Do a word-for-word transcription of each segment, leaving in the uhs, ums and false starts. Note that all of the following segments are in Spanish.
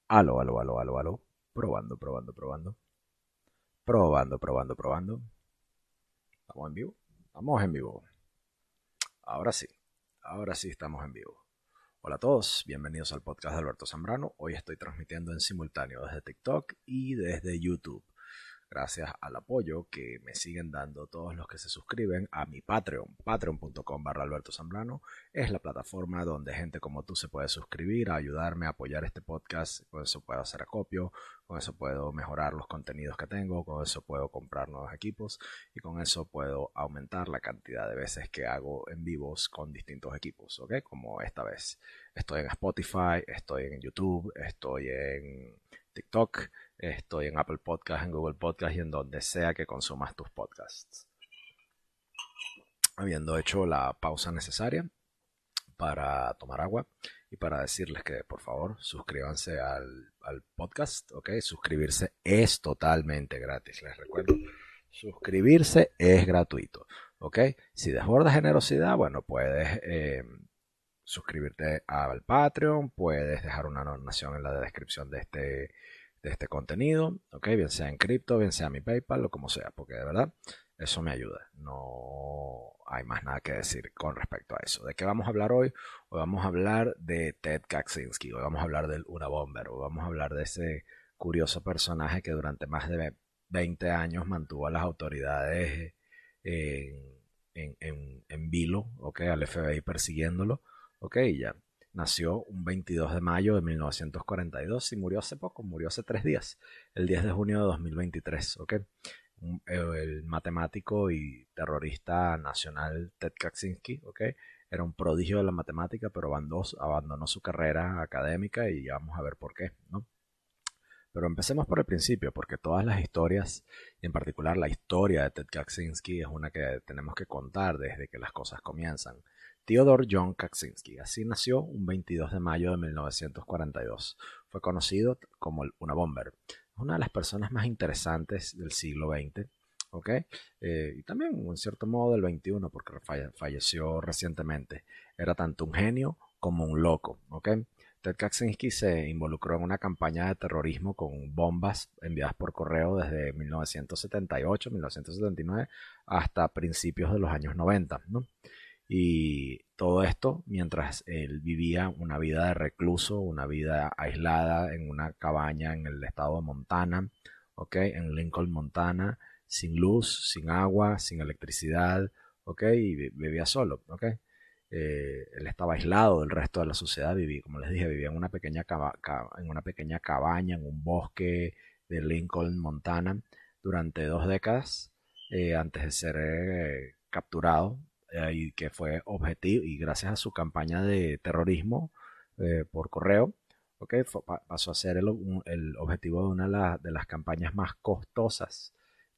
Aló, aló, aló, aló, aló. Probando, probando, probando. Probando, probando, probando. ¿Estamos en vivo? Estamos en vivo. Ahora sí. Ahora sí estamos en vivo. Hola a todos, bienvenidos al podcast de Alberto Zambrano. Hoy estoy transmitiendo en simultáneo desde TikTok y desde YouTube. Gracias al apoyo que me siguen dando todos los que se suscriben a mi Patreon, patreon.com barra Alberto Zambrano. Es la plataforma donde gente como tú se puede suscribir, a ayudarme a apoyar este podcast. Con eso puedo hacer acopio, con eso puedo mejorar los contenidos que tengo, con eso puedo comprar nuevos equipos y con eso puedo aumentar la cantidad de veces que hago en vivos con distintos equipos, ¿ok? Como esta vez. Estoy en Spotify, estoy en YouTube, estoy en TikTok, estoy en Apple Podcast, en Google Podcast y en donde sea que consumas tus podcasts. Habiendo hecho la pausa necesaria para tomar agua y para decirles que por favor suscríbanse al, al podcast, ¿ok? Suscribirse es totalmente gratis, les recuerdo. Suscribirse es gratuito, ¿ok? Si desbordas generosidad, bueno, puedes eh, suscribirte al Patreon, puedes dejar una donación en la descripción de este, de este contenido, ¿ok? Bien sea en cripto, bien sea mi PayPal o como sea, porque de verdad eso me ayuda. No hay más nada que decir con respecto a eso. ¿De qué vamos a hablar hoy? Hoy vamos a hablar de Ted Kaczynski, hoy vamos a hablar del Unabomber, hoy vamos a hablar de ese curioso personaje que durante más de veinte años mantuvo a las autoridades en, en, en, en vilo, ¿ok? Al F B I persiguiéndolo. Ok, ya. Nació un veintidós de mayo de mil novecientos cuarenta y dos y murió hace poco, murió hace tres días, el diez de junio de dos mil veintitrés, ok. Un- El matemático y terrorista nacional Ted Kaczynski, ok, era un prodigio de la matemática, pero abandonó, abandonó su carrera académica y ya vamos a ver por qué, ¿no? Pero empecemos por el principio, porque todas las historias, y en particular la historia de Ted Kaczynski, es una que tenemos que contar desde que las cosas comienzan. Theodore John Kaczynski, así nació un veintidós de mayo de mil novecientos cuarenta y dos. Fue conocido como el Unabomber. Es una de las personas más interesantes del siglo veinte, ¿ok? Eh, y también, en cierto modo, del veintiuno, porque falle falleció recientemente. Era tanto un genio como un loco, ¿ok? Ted Kaczynski se involucró en una campaña de terrorismo con bombas enviadas por correo desde mil novecientos setenta y ocho, mil novecientos setenta y nueve hasta principios de los años noventa, ¿no? Y todo esto mientras él vivía una vida de recluso, una vida aislada en una cabaña en el estado de Montana, ¿ok? En Lincoln, Montana, sin luz, sin agua, sin electricidad, ¿ok? Y vivía solo, ¿ok? Eh, él estaba aislado del resto de la sociedad, vivía, como les dije, vivía en una pequeña, caba, caba, en una pequeña cabaña, en un bosque de Lincoln, Montana, durante dos décadas eh, antes de ser eh, capturado eh, y que fue objetivo, y gracias a su campaña de terrorismo eh, por correo, okay, fue, pasó a ser el, un, el objetivo de una de, la, de, las campañas más costosas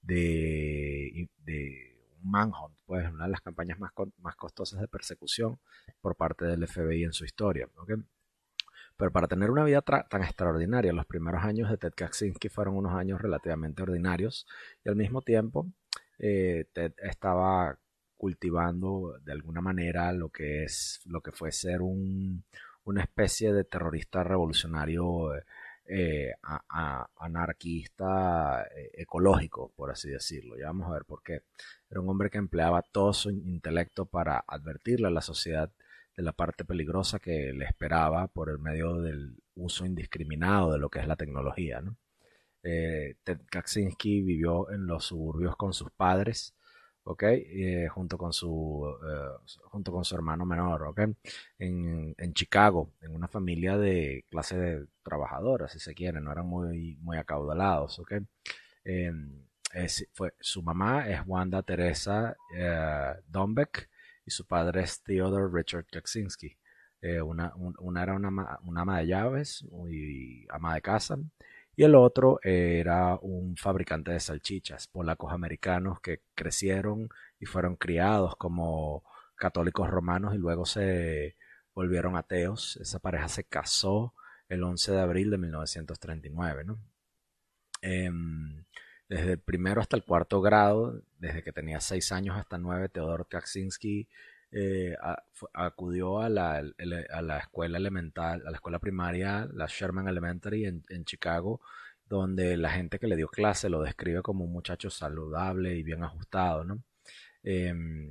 de, de un manhunt, pues una de las campañas más, más costosas de persecución por parte del F B I en su historia. ¿Okay? Pero para tener una vida tan extraordinaria, los primeros años de Ted Kaczynski fueron unos años relativamente ordinarios y al mismo tiempo eh, Ted estaba cultivando de alguna manera lo que es lo que fue ser un, una especie de terrorista revolucionario eh, a, a, anarquista eh, ecológico, por así decirlo. Ya vamos a ver por qué. Era un hombre que empleaba todo su intelecto para advertirle a la sociedad de la parte peligrosa que le esperaba por el medio del uso indiscriminado de lo que es la tecnología, ¿no? Eh, Ted Kaczynski vivió en los suburbios con sus padres, ¿ok? Eh, junto, con su, eh, junto con su hermano menor, ¿ok? En, en Chicago, en una familia de clase de trabajadora, si se quiere, no eran muy, muy acaudalados, ¿ok? Eh, es, fue, su mamá es Wanda Teresa eh, Dombeck y su padre es Theodore Richard Kaczynski. Eh, una, un, una era una, una ama de llaves y ama de casa y el otro era un fabricante de salchichas, polacos americanos que crecieron y fueron criados como católicos romanos y luego se volvieron ateos. Esa pareja se casó el once de abril de mil novecientos treinta y nueve, ¿no? Eh, desde el primero hasta el cuarto grado, desde que tenía seis años hasta nueve, Teodor Kaczynski eh, a- fu- acudió a la, ele- a la escuela elemental, a la escuela primaria, la Sherman Elementary en, en Chicago, donde la gente que le dio clase lo describe como un muchacho saludable y bien ajustado, ¿no? Em,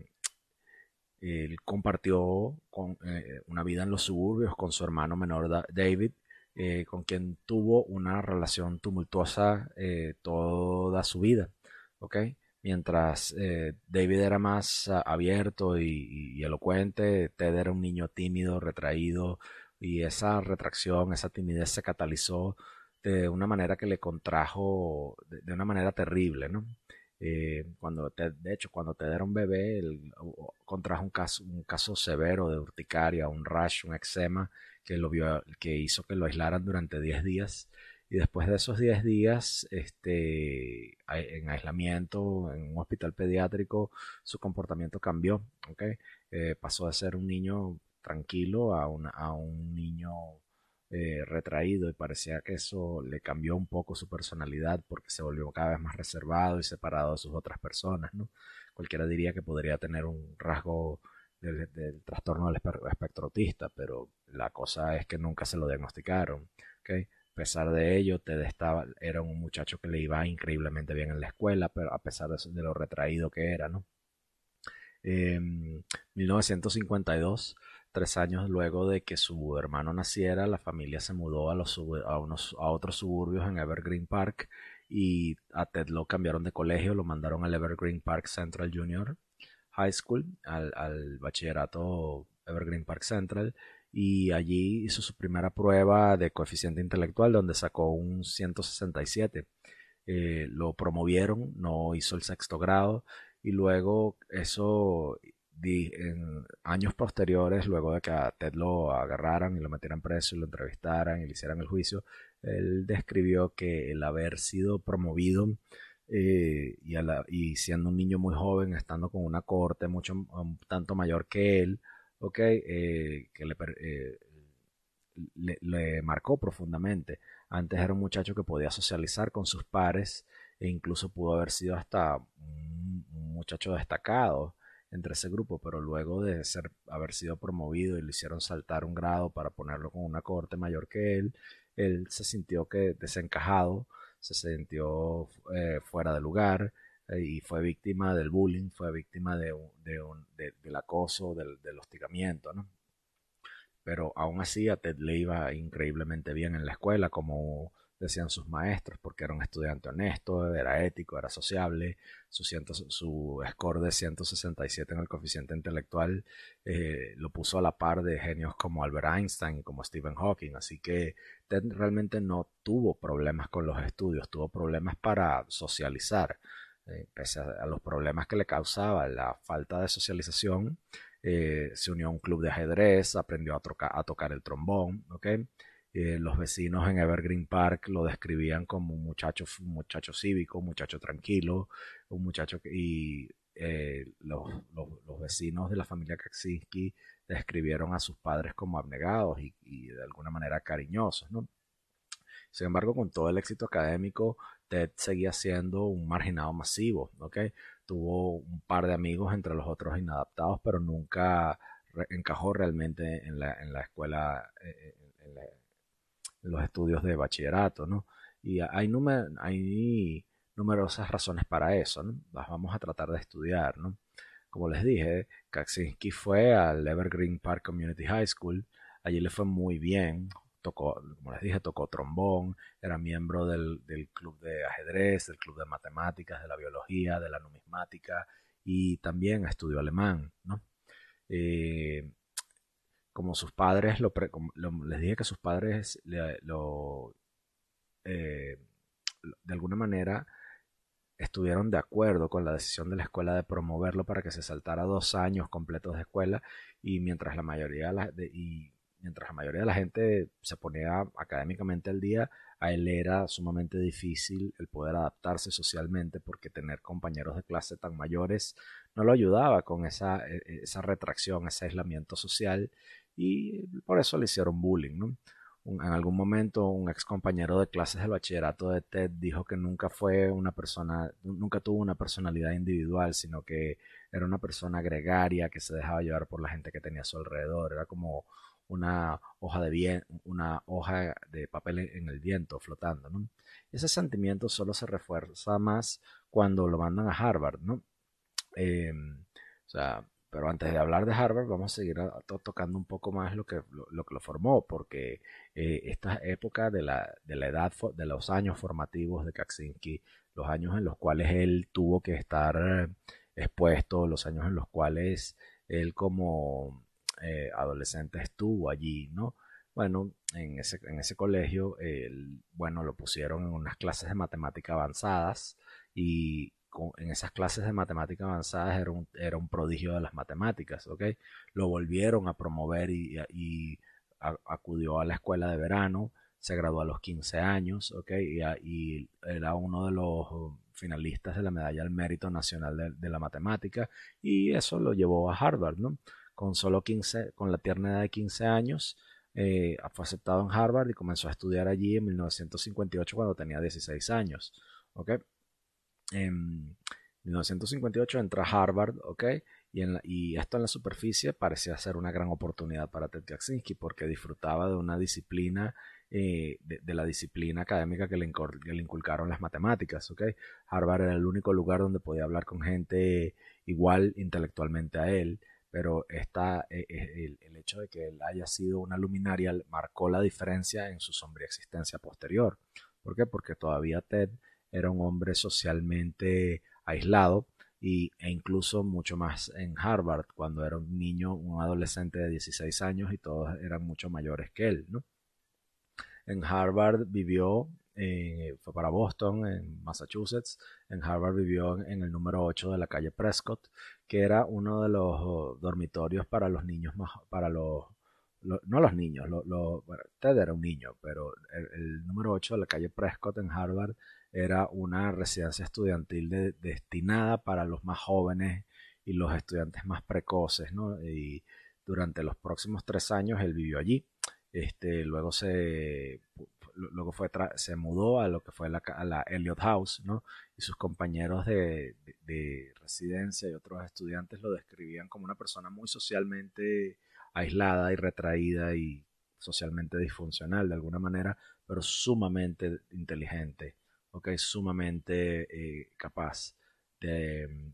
Él compartió con, eh, una vida en los suburbios con su hermano menor Da- David, eh, con quien tuvo una relación tumultuosa eh, toda su vida, ¿ok? Mientras eh, David era más ah, abierto y, y elocuente, Ted era un niño tímido, retraído, y esa retracción, esa timidez se catalizó de una manera que le contrajo de, de una manera terrible, ¿no? Eh, cuando Ted, de hecho, cuando Ted era un bebé, él o- contrajo un caso, un caso severo de urticaria, un rash, un eczema, que, lo vio, que hizo que lo aislaran durante diez días. Y después de esos diez días, este, ai- en aislamiento, en un hospital pediátrico, su comportamiento cambió, ¿ok? Eh, pasó de ser un niño tranquilo a, una- a un niño eh, retraído, y parecía que eso le cambió un poco su personalidad porque se volvió cada vez más reservado y separado de sus otras personas, ¿no? Cualquiera diría que podría tener un rasgo del, del trastorno del espectro autista, pero la cosa es que nunca se lo diagnosticaron, ¿ok? A pesar de ello, Ted estaba, era un muchacho que le iba increíblemente bien en la escuela, pero a pesar de, de lo retraído que era, ¿no? En mil novecientos cincuenta y dos, tres años luego de que su hermano naciera, la familia se mudó a, los, a, unos, a otros suburbios en Evergreen Park, y a Ted lo cambiaron de colegio, lo mandaron al Evergreen Park Central Junior High School, al, al bachillerato Evergreen Park Central, y allí hizo su primera prueba de coeficiente intelectual donde sacó un ciento sesenta y siete. Eh, lo promovieron, no hizo el sexto grado, y luego eso, di- en años posteriores, luego de que a Ted lo agarraran y lo metieran preso y lo entrevistaran y le hicieran el juicio, él describió que el haber sido promovido, eh, y, a la- y siendo un niño muy joven, estando con una corte mucho un tanto mayor que él, ok, eh, que le, per- eh, le, le marcó profundamente. Antes era un muchacho que podía socializar con sus pares, e incluso pudo haber sido hasta un, un muchacho destacado entre ese grupo, pero luego de ser, haber sido promovido y le hicieron saltar un grado para ponerlo con una corte mayor que él, él se sintió que desencajado, se sintió eh, fuera de lugar, eh, y fue víctima del bullying, fue víctima de un, de un, de, del acoso, del, del hostigamiento, ¿no? Pero aún así a Ted le iba increíblemente bien en la escuela, como decían sus maestros, porque era un estudiante honesto, era ético, era sociable. Su, ciento, su score de ciento sesenta y siete en el coeficiente intelectual eh, lo puso a la par de genios como Albert Einstein y como Stephen Hawking, así que Ted realmente no tuvo problemas con los estudios, tuvo problemas para socializar. Eh, pese a, a los problemas que le causaba la falta de socialización, eh, se unió a un club de ajedrez, aprendió a, troca, a tocar el trombón, ¿ok? Eh, los vecinos en Evergreen Park lo describían como un muchacho, un muchacho cívico, un muchacho tranquilo, un muchacho que, y eh, los, los, los, vecinos de la familia Kaczynski describieron a sus padres como abnegados y, y de alguna manera cariñosos, ¿no? Sin embargo, con todo el éxito académico, Ted seguía siendo un marginado masivo, ¿ok? Tuvo un par de amigos entre los otros inadaptados, pero nunca re encajó realmente en la, en la escuela, eh, en, la, en, los estudios de bachillerato, ¿no? Y hay, numer hay numerosas razones para eso, ¿no? Las vamos a tratar de estudiar, ¿no? Como les dije, Kaczynski fue al Evergreen Park Community High School. Allí le fue muy bien. Tocó, como les dije, tocó trombón, era miembro del, del club de ajedrez, del club de matemáticas, de la biología, de la numismática, y también estudió alemán, ¿no? Eh, como sus padres, lo, pre, como, lo, les dije que sus padres le, lo, eh, de alguna manera estuvieron de acuerdo con la decisión de la escuela de promoverlo para que se saltara dos años completos de escuela, y mientras la mayoría de la, de, y mientras la mayoría de la gente se ponía académicamente al día, a él era sumamente difícil el poder adaptarse socialmente, porque tener compañeros de clase tan mayores no lo ayudaba con esa, esa retracción, ese aislamiento social, y por eso le hicieron bullying, ¿no? un- en algún momento un ex compañero de clases del bachillerato de Ted dijo que nunca fue una persona, nunca tuvo una personalidad individual, sino que era una persona gregaria que se dejaba llevar por la gente que tenía a su alrededor. Era como una hoja de bien, una hoja de papel en el viento flotando, ¿no? Ese sentimiento solo se refuerza más cuando lo mandan a Harvard, ¿no? Eh, o sea, pero antes de hablar de Harvard, vamos a seguir a- to- tocando un poco más lo que lo, lo que lo formó, porque eh, esta época de la, de la edad, fo- de los años formativos de Kaczynski, los años en los cuales él tuvo que estar eh, expuesto, los años en los cuales él como eh, adolescente estuvo allí, ¿no? Bueno, en ese, en ese colegio, él, bueno, lo pusieron en unas clases de matemática avanzadas y con- en esas clases de matemática avanzadas era un, era un prodigio de las matemáticas, ¿ok? Lo volvieron a promover y, y a- acudió a la escuela de verano, se graduó a los quince años, ¿ok? Y, a- y era uno de los um, finalistas de la medalla al mérito nacional de, de la matemática y eso lo llevó a Harvard, ¿no? Con solo quince, con la tierna edad de quince años, eh, fue aceptado en Harvard y comenzó a estudiar allí en mil novecientos cincuenta y ocho cuando tenía dieciséis años, ¿ok? En mil novecientos cincuenta y ocho entra a Harvard, ¿ok? Y, en la- y esto en la superficie parecía ser una gran oportunidad para Ted Kaczynski porque disfrutaba de una disciplina, eh, de, de la disciplina académica que le, incor- que le inculcaron las matemáticas, ¿ok? Harvard era el único lugar donde podía hablar con gente igual intelectualmente a él, pero esta, eh, eh, el, el hecho de que él haya sido una luminaria marcó la diferencia en su sombría existencia posterior. ¿Por qué? Porque todavía Ted era un hombre socialmente aislado y, e incluso mucho más en Harvard, cuando era un niño, un adolescente de dieciséis años y todos eran mucho mayores que él, ¿no? En Harvard vivió, eh, fue para Boston, en Massachusetts. En Harvard vivió en, en el número ocho de la calle Prescott, que era uno de los oh, dormitorios para los niños más, para los, lo- no los niños, lo, lo- bueno, Ted era un niño, pero el, el número ocho de la calle Prescott en Harvard era una residencia estudiantil de- destinada para los más jóvenes y los estudiantes más precoces, ¿no? Y durante los próximos tres años él vivió allí. Este, luego se, luego fue se mudó a lo que fue la, a la Eliot House, ¿no? Y sus compañeros de, de, de residencia y otros estudiantes lo describían como una persona muy socialmente aislada y retraída y socialmente disfuncional de alguna manera, pero sumamente inteligente, ¿ok? Sumamente eh, capaz de,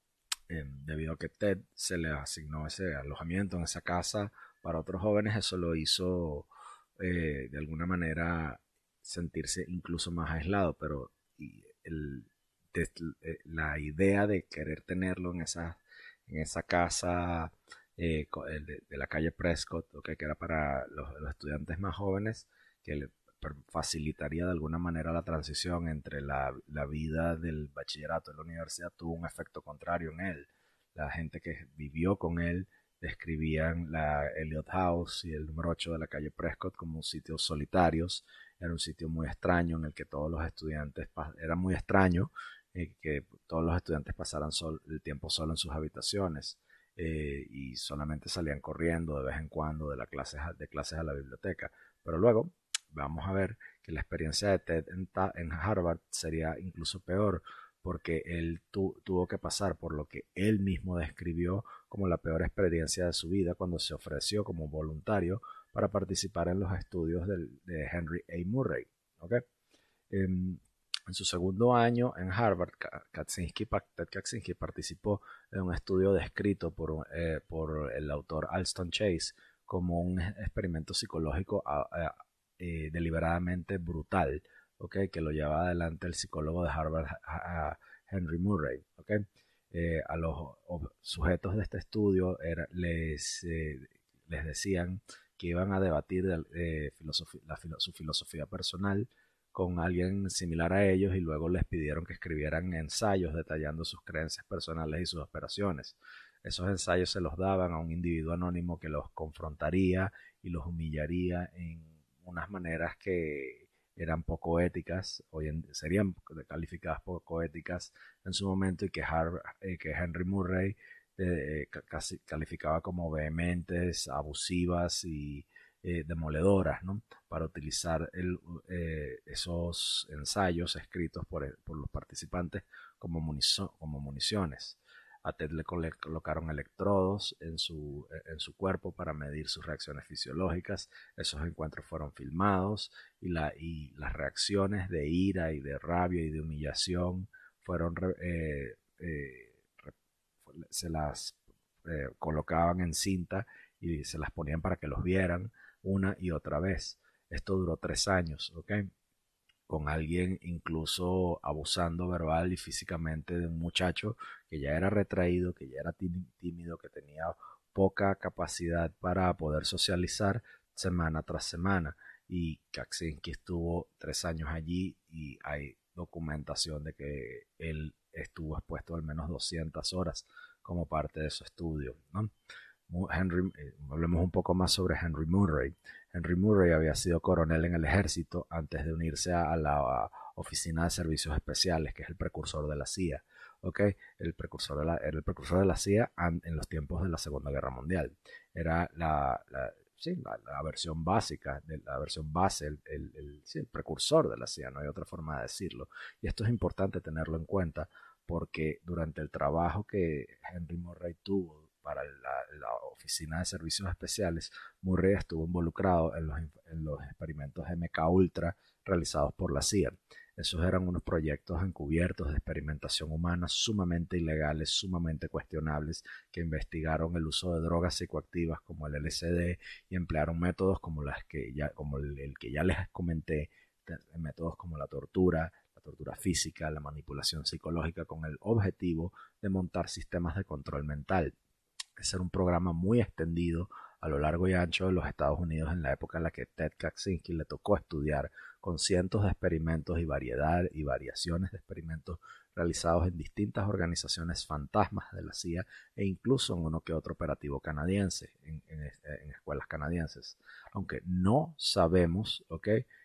eh, debido a que Ted se le asignó ese alojamiento en esa casa para otros jóvenes, eso lo hizo eh, de alguna manera sentirse incluso más aislado, pero y el, de, eh, la idea de querer tenerlo en esa, en esa casa eh, de, de, la calle Prescott, okay, que era para los, los estudiantes más jóvenes, que le facilitaría de alguna manera la transición entre la, la vida del bachillerato y la universidad, tuvo un efecto contrario en él. La gente que vivió con él describían la Eliot House y el número ocho de la calle Prescott como sitios solitarios. Era un sitio muy extraño en el que todos los estudiantes, era muy extraño eh, que todos los estudiantes pasaran sol, el tiempo solo en sus habitaciones eh, y solamente salían corriendo de vez en cuando de, la clases, de clases a la biblioteca. Pero luego vamos a ver que la experiencia de Ted en, en Harvard sería incluso peor porque él tu, tuvo que pasar por lo que él mismo describió como la peor experiencia de su vida cuando se ofreció como voluntario para participar en los estudios del, de Henry A. Murray. ¿Okay? En, en su segundo año en Harvard, Kaczynski, Ted Kaczynski participó en un estudio descrito por, eh, por el autor Alston Chase como un experimento psicológico a, a, eh, deliberadamente brutal, ¿okay? Que lo llevaba adelante el psicólogo de Harvard, a, a Henry Murray. ¿Okay? Eh, a los sujetos de este estudio era, les, eh, les decían que iban a debatir eh, filosofía, la, su filosofía personal con alguien similar a ellos y luego les pidieron que escribieran ensayos detallando sus creencias personales y sus operaciones. Esos ensayos se los daban a un individuo anónimo que los confrontaría y los humillaría en unas maneras que eran poco éticas, hoy en, serían calificadas poco éticas en su momento y que, Harvard, eh, que Henry Murray eh, casi calificaba como vehementes, abusivas y eh, demoledoras, ¿no? Para utilizar el, eh, esos ensayos escritos por, el, por los participantes como, munizo, como municiones. A Ted le colocaron electrodos en su, en su cuerpo para medir sus reacciones fisiológicas. Esos encuentros fueron filmados y, la, y las reacciones de ira y de rabia y de humillación fueron eh, eh, se las eh, colocaban en cinta y se las ponían para que los vieran una y otra vez. Esto duró tres años, ¿ok? Con alguien incluso abusando verbal y físicamente de un muchacho que ya era retraído, que ya era tímido, que tenía poca capacidad para poder socializar semana tras semana. Y Kaczynski estuvo tres años allí y hay documentación de que él estuvo expuesto al menos doscientas horas como parte de su estudio, ¿no? Henry, eh, hablemos un poco más sobre Henry Murray. Henry Murray había sido coronel en el ejército antes de unirse a, a la a Oficina de Servicios Especiales, que es el precursor de la C I A. ¿Okay? El precursor de la, era el precursor de la C I A en los tiempos de la Segunda Guerra Mundial. Era la, la, sí, la, la versión básica, de la versión base, el, el, el, sí, el precursor de la C I A, no hay otra forma de decirlo. Y esto es importante tenerlo en cuenta porque durante el trabajo que Henry Murray tuvo para la, la Oficina de Servicios Especiales, Murray estuvo involucrado en los, en los experimentos M K Ultra realizados por la C I A. Esos eran unos proyectos encubiertos de experimentación humana sumamente ilegales, sumamente cuestionables, que investigaron el uso de drogas psicoactivas como el L S D y emplearon métodos como, las que ya, como el, el que ya les comenté, métodos como la tortura, la tortura física, la manipulación psicológica con el objetivo de montar sistemas de control mental. Ese era un programa muy extendido a lo largo y ancho de los Estados Unidos en la época en la que Ted Kaczynski le tocó estudiar con cientos de experimentos y variedad y variaciones de experimentos realizados en distintas organizaciones fantasmas de la C I A e incluso en uno que otro operativo canadiense, en, en, en escuelas canadienses. Aunque no sabemos, ¿ok?,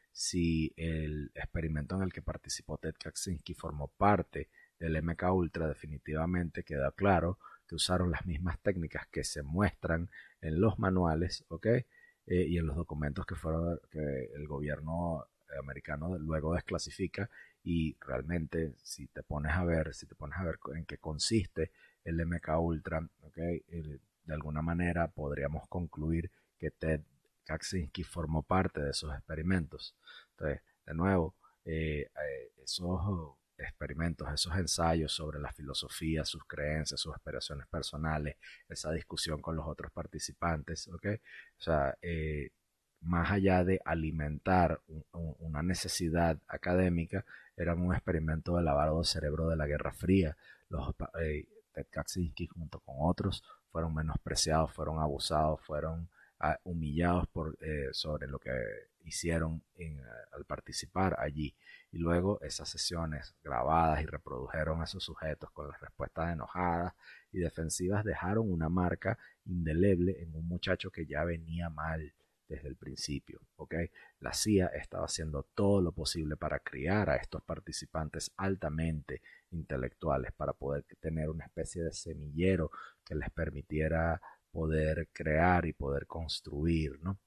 si el experimento en el que participó Ted Kaczynski formó parte del M K Ultra, definitivamente queda claro que usaron las mismas técnicas que se muestran en los manuales, ¿ok? Eh, y en los documentos que, fueron, que el gobierno americano luego desclasifica, y realmente si te pones a ver, si te pones a ver en qué consiste el M K Ultra, ¿ok? El, de alguna manera podríamos concluir que Ted Kaczynski formó parte de esos experimentos. Entonces, de nuevo, eh, eh, esos experimentos, esos ensayos sobre la filosofía, sus creencias, sus aspiraciones personales, esa discusión con los otros participantes, ¿ok? O sea, eh, más allá de alimentar un, un, una necesidad académica, eran un experimento de lavado de cerebro de la Guerra Fría. Los, eh, Ted Kaczynski junto con otros fueron menospreciados, fueron abusados, fueron uh, humillados por, eh, sobre lo que hicieron en, uh, al participar allí. Y luego esas sesiones grabadas y reprodujeron a esos sujetos con las respuestas enojadas y defensivas dejaron una marca indeleble en un muchacho que ya venía mal desde el principio, ¿ok? La C I A estaba haciendo todo lo posible para criar a estos participantes altamente intelectuales, para poder tener una especie de semillero que les permitiera poder crear y poder construir, ¿no?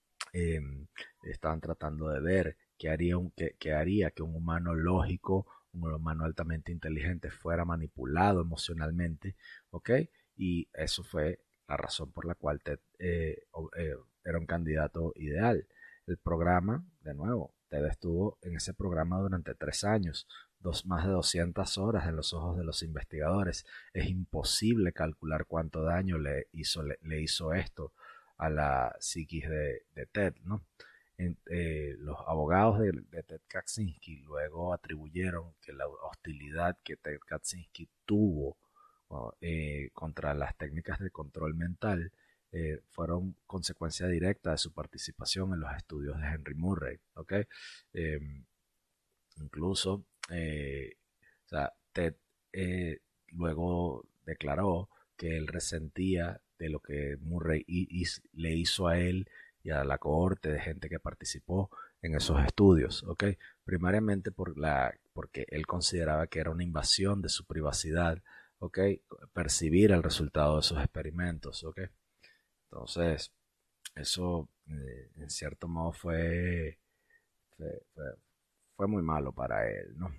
Eh, estaban tratando de ver qué haría, un, qué, qué haría que un humano lógico, un humano altamente inteligente fuera manipulado emocionalmente, ¿ok? Y eso fue la razón por la cual Ted eh, eh, era un candidato ideal. El programa, de nuevo, Ted estuvo en ese programa durante tres años, dos, más de doscientas horas en los ojos de los investigadores. Es imposible calcular cuánto daño le hizo, le, le hizo esto a la psiquis de, de Ted, ¿no? En, eh, los abogados de, de Ted Kaczynski luego atribuyeron que la hostilidad que Ted Kaczynski tuvo eh, contra las técnicas de control mental eh, fueron consecuencia directa de su participación en los estudios de Henry Murray, ¿ok? Eh, incluso, eh, o sea, Ted eh, luego declaró que él resentía de lo que Murray le hizo a él y a la cohorte de gente que participó en esos estudios, ¿ok? Primariamente por la, porque él consideraba que era una invasión de su privacidad, ¿ok? Percibir el resultado de esos experimentos, ¿ok? Entonces, eso eh, en cierto modo fue, fue, fue, fue muy malo para él, ¿no?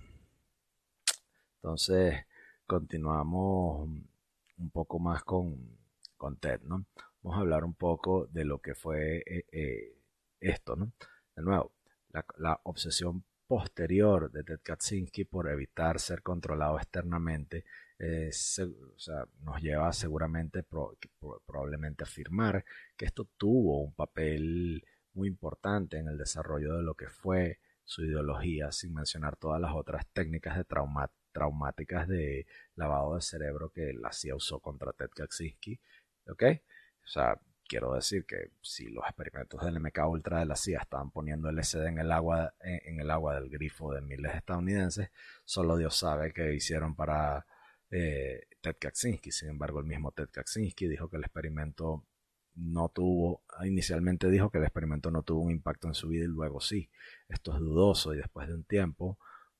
Entonces, continuamos un poco más con, con Ted, ¿no? Vamos a hablar un poco de lo que fue eh, eh, esto, ¿no? De nuevo, la, la obsesión posterior de Ted Kaczynski por evitar ser controlado externamente eh, se, o sea, nos lleva seguramente pro, pro, probablemente a afirmar que esto tuvo un papel muy importante en el desarrollo de lo que fue su ideología, sin mencionar todas las otras técnicas de trauma, traumáticas de lavado de cerebro que la C I A usó contra Ted Kaczynski, ¿ok? O sea, quiero decir que si los experimentos del M K Ultra de la C I A estaban poniendo L S D en el agua, en, en el agua del grifo de miles de estadounidenses, solo Dios sabe qué hicieron para eh, Ted Kaczynski. Sin embargo, el mismo Ted Kaczynski dijo que el experimento no tuvo, inicialmente dijo que el experimento no tuvo un impacto en su vida y luego sí. Esto es dudoso y después de un tiempo,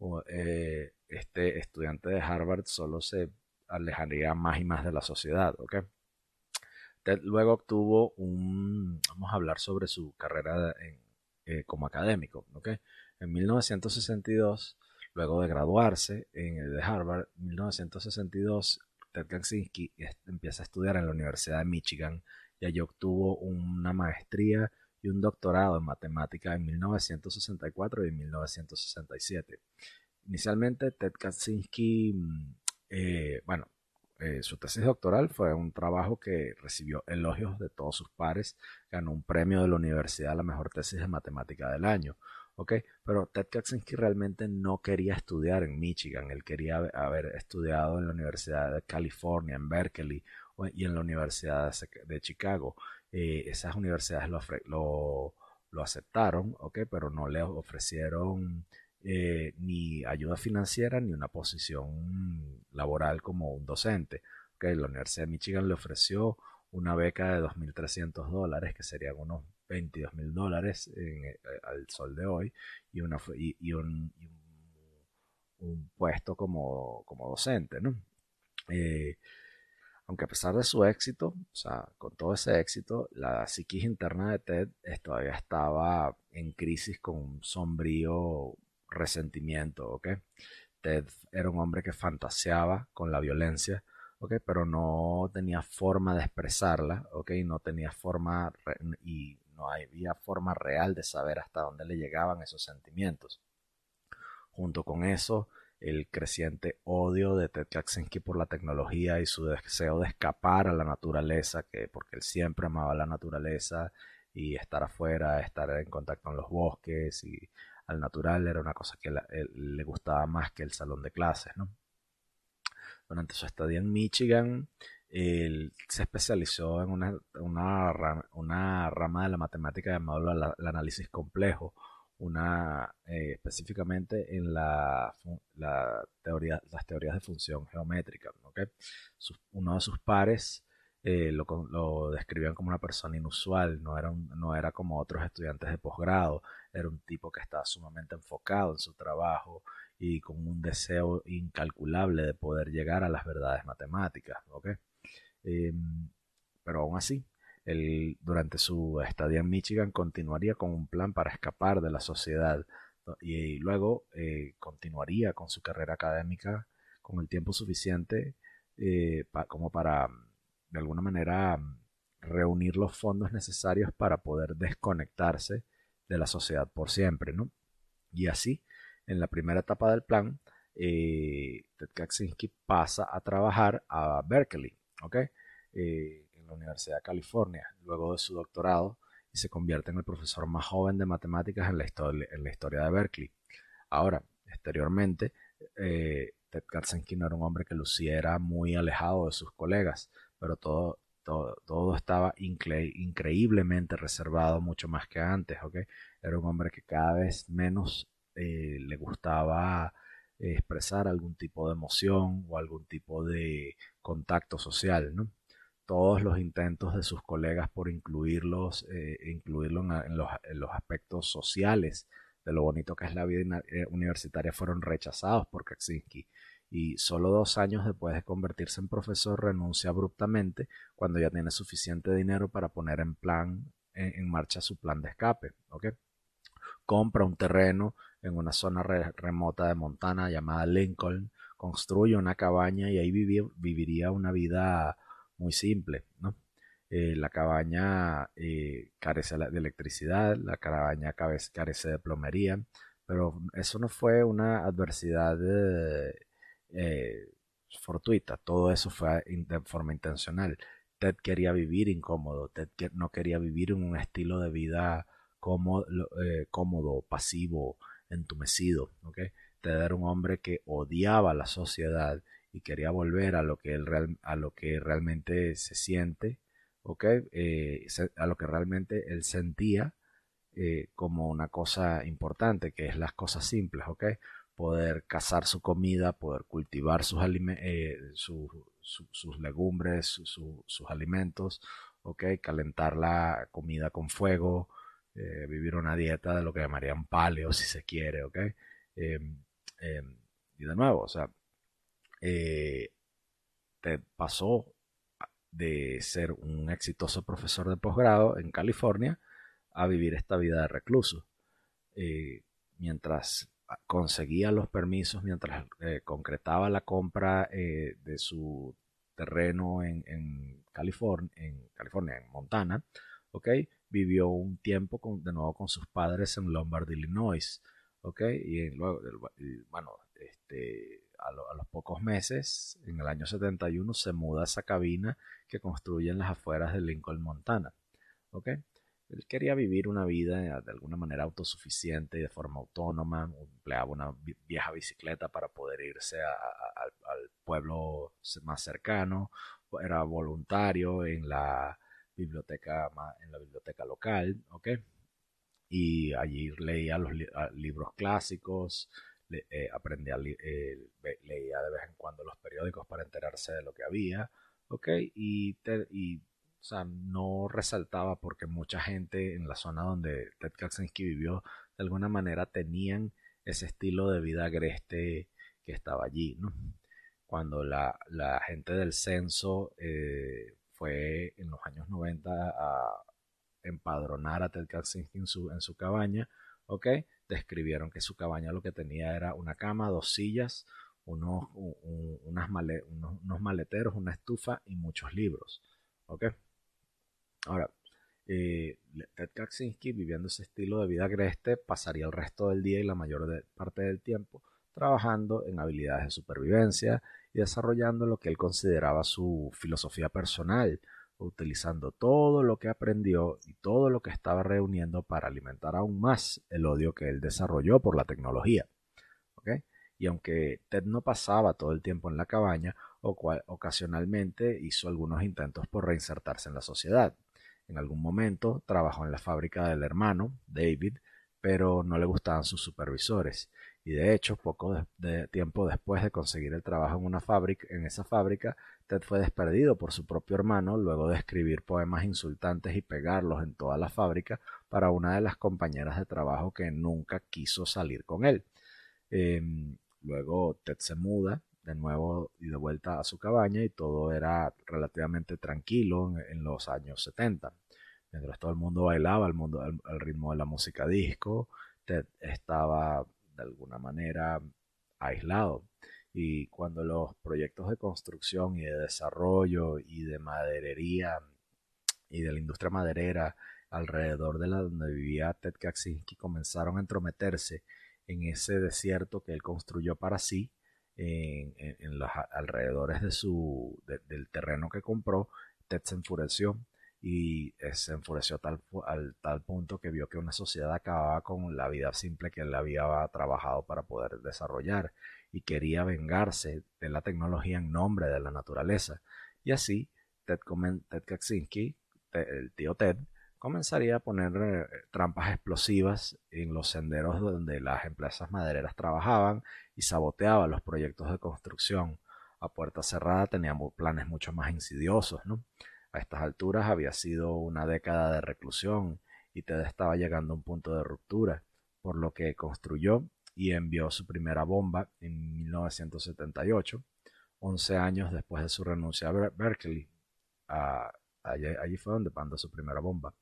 eh, este estudiante de Harvard solo se alejaría más y más de la sociedad, ¿ok? Ted luego obtuvo un, vamos a hablar sobre su carrera en, eh, como académico, ¿ok? En mil novecientos sesenta y dos, luego de graduarse en el de Harvard, en mil novecientos sesenta y dos, Ted Kaczynski empieza a estudiar en la Universidad de Michigan y allí obtuvo una maestría y un doctorado en matemática en mil novecientos sesenta y cuatro y en mil novecientos sesenta y siete. Inicialmente, Ted Kaczynski, eh, bueno, eh, su tesis doctoral fue un trabajo que recibió elogios de todos sus pares, ganó un premio de la universidad a la mejor tesis de matemática del año, ¿ok? Pero Ted Kaczynski realmente no quería estudiar en Michigan, él quería haber estudiado en la Universidad de California, en Berkeley y en la Universidad de Chicago. Eh, esas universidades lo, lo, lo aceptaron, ¿ok? Pero no le ofrecieron Eh, ni ayuda financiera ni una posición laboral como un docente. Okay, la Universidad de Michigan le ofreció una beca de dos mil trescientos dólares, que serían unos veintidós mil dólares en, eh, al sol de hoy, y, una, y, y, un, y un, un, puesto como, como docente, ¿no? Eh, aunque a pesar de su éxito, o sea, con todo ese éxito, la psiquis interna de Ted todavía estaba en crisis con un sombrío resentimiento, ¿ok? Ted era un hombre que fantaseaba con la violencia, ¿ok? Pero no tenía forma de expresarla, ¿ok? No tenía forma y no había forma real de saber hasta dónde le llegaban esos sentimientos. Junto con eso, el creciente odio de Ted Kaczynski por la tecnología y su deseo de escapar a la naturaleza, que porque él siempre amaba la naturaleza y estar afuera, estar en contacto con los bosques y al natural era una cosa que la, él, le gustaba más que el salón de clases, ¿no? Durante su estadía en Michigan, él se especializó en una, una, una rama de la matemática llamada el análisis complejo, una eh, específicamente en la, la teoría, las teorías de función geométrica, ¿okay? Sus, uno de sus pares eh, lo, lo, describían como una persona inusual, no era, un, no era como otros estudiantes de posgrado, era un tipo que estaba sumamente enfocado en su trabajo y con un deseo incalculable de poder llegar a las verdades matemáticas, ¿okay? Eh, pero aún así, él, durante su estadía en Michigan, continuaría con un plan para escapar de la sociedad y, y luego eh, continuaría con su carrera académica con el tiempo suficiente eh, pa, como para, de alguna manera, reunir los fondos necesarios para poder desconectarse de la sociedad por siempre, ¿no? Y así, en la primera etapa del plan, eh, Ted Kaczynski pasa a trabajar a Berkeley, ¿ok? Eh, en la Universidad de California, luego de su doctorado, y se convierte en el profesor más joven de matemáticas en la historia, en la historia de Berkeley. Ahora, exteriormente, eh, Ted Kaczynski no era un hombre que luciera muy alejado de sus colegas, pero todo, todo, todo estaba incre increíblemente reservado, mucho más que antes, ¿ok? Era un hombre que cada vez menos eh, le gustaba eh, expresar algún tipo de emoción o algún tipo de contacto social, ¿no? Todos los intentos de sus colegas por incluirlos, eh, incluirlo en, en, los, en, los, aspectos sociales de lo bonito que es la vida universitaria fueron rechazados por Kaczynski, y solo dos años después de convertirse en profesor renuncia abruptamente cuando ya tiene suficiente dinero para poner en plan en, en marcha su plan de escape, ¿ok? Compra un terreno en una zona re remota de Montana llamada Lincoln, construye una cabaña y ahí vivir, viviría una vida muy simple, ¿no? Eh, la cabaña eh, carece de electricidad, la cabaña carece de plomería, pero eso no fue una adversidad eh, eh, fortuita, todo eso fue de forma intencional. Ted quería vivir incómodo, Ted no quería vivir en un estilo de vida cómodo, eh, cómodo pasivo, entumecido, ¿ok? Ted era un hombre que odiaba la sociedad y quería volver a lo que, él real, a lo que realmente se siente, ¿ok? Eh, a lo que realmente él sentía eh, como una cosa importante, que es las cosas simples, ¿ok? Poder cazar su comida, poder cultivar sus, eh, su, su, sus legumbres, su, su, sus alimentos, ¿ok? Calentar la comida con fuego, eh, vivir una dieta de lo que llamarían paleo, si se quiere, ¿ok? Eh, eh, y de nuevo, o sea, eh, te pasó de ser un exitoso profesor de posgrado en California a vivir esta vida de recluso. Eh, mientras conseguía los permisos, mientras eh, concretaba la compra eh, de su terreno en, en, California, en California, en Montana, ¿ok? Vivió un tiempo con, de nuevo con sus padres en Lombard, Illinois, ¿ok? Y luego, y, bueno, este, a, lo, a, los pocos meses, en el año setenta y uno, se muda a esa cabina que construye en las afueras de Lincoln, Montana, ¿ok? Él quería vivir una vida de alguna manera autosuficiente y de forma autónoma, empleaba una vieja bicicleta para poder irse a, a, al, al pueblo más cercano, era voluntario en la biblioteca, en la biblioteca local, ¿ok? Y allí leía los li libros clásicos, le, eh, aprendía, eh, leía de vez en cuando los periódicos para enterarse de lo que había, ¿ok? Y, te, y o sea, no resaltaba porque mucha gente en la zona donde Ted Kaczynski vivió, de alguna manera tenían ese estilo de vida agreste que estaba allí, ¿no? Cuando la, la gente del censo eh, fue en los años noventa a empadronar a Ted Kaczynski en su, en su cabaña, ¿ok? Describieron que su cabaña lo que tenía era una cama, dos sillas, unos, un, unas male, unos, unos maleteros, una estufa y muchos libros, ¿ok? Ahora, eh, Ted Kaczynski, viviendo ese estilo de vida agreste, pasaría el resto del día y la mayor de, parte del tiempo trabajando en habilidades de supervivencia y desarrollando lo que él consideraba su filosofía personal, utilizando todo lo que aprendió y todo lo que estaba reuniendo para alimentar aún más el odio que él desarrolló por la tecnología. ¿Okay? Y aunque Ted no pasaba todo el tiempo en la cabaña, o cual, ocasionalmente hizo algunos intentos por reinsertarse en la sociedad. En algún momento trabajó en la fábrica del hermano, David, pero no le gustaban sus supervisores. Y de hecho, poco de, de tiempo después de conseguir el trabajo en, una fábrica, en esa fábrica, Ted fue despedido por su propio hermano luego de escribir poemas insultantes y pegarlos en toda la fábrica para una de las compañeras de trabajo que nunca quiso salir con él. Eh, luego Ted se muda de nuevo y de vuelta a su cabaña y todo era relativamente tranquilo en, en los años setenta. Mientras todo el mundo bailaba al, mundo, al, al ritmo de la música disco, Ted estaba de alguna manera aislado. Y cuando los proyectos de construcción y de desarrollo y de maderería y de la industria maderera alrededor de la donde vivía Ted Kaczynski comenzaron a entrometerse en ese desierto que él construyó para sí, en, en, en los alrededores de su, de, del terreno que compró, Ted se enfureció y se enfureció tal, al tal punto que vio que una sociedad acababa con la vida simple que él había trabajado para poder desarrollar y quería vengarse de la tecnología en nombre de la naturaleza. Y así, Ted, Ted Kaczynski, el tío Ted, comenzaría a poner eh, trampas explosivas en los senderos donde las empresas madereras trabajaban y saboteaba los proyectos de construcción. A puerta cerrada teníamos planes mucho más insidiosos, ¿no? A estas alturas había sido una década de reclusión y Ted estaba llegando a un punto de ruptura, por lo que construyó y envió su primera bomba en mil novecientos setenta y ocho, once años después de su renuncia a Berkeley. A, allí, allí fue donde mandó su primera bomba.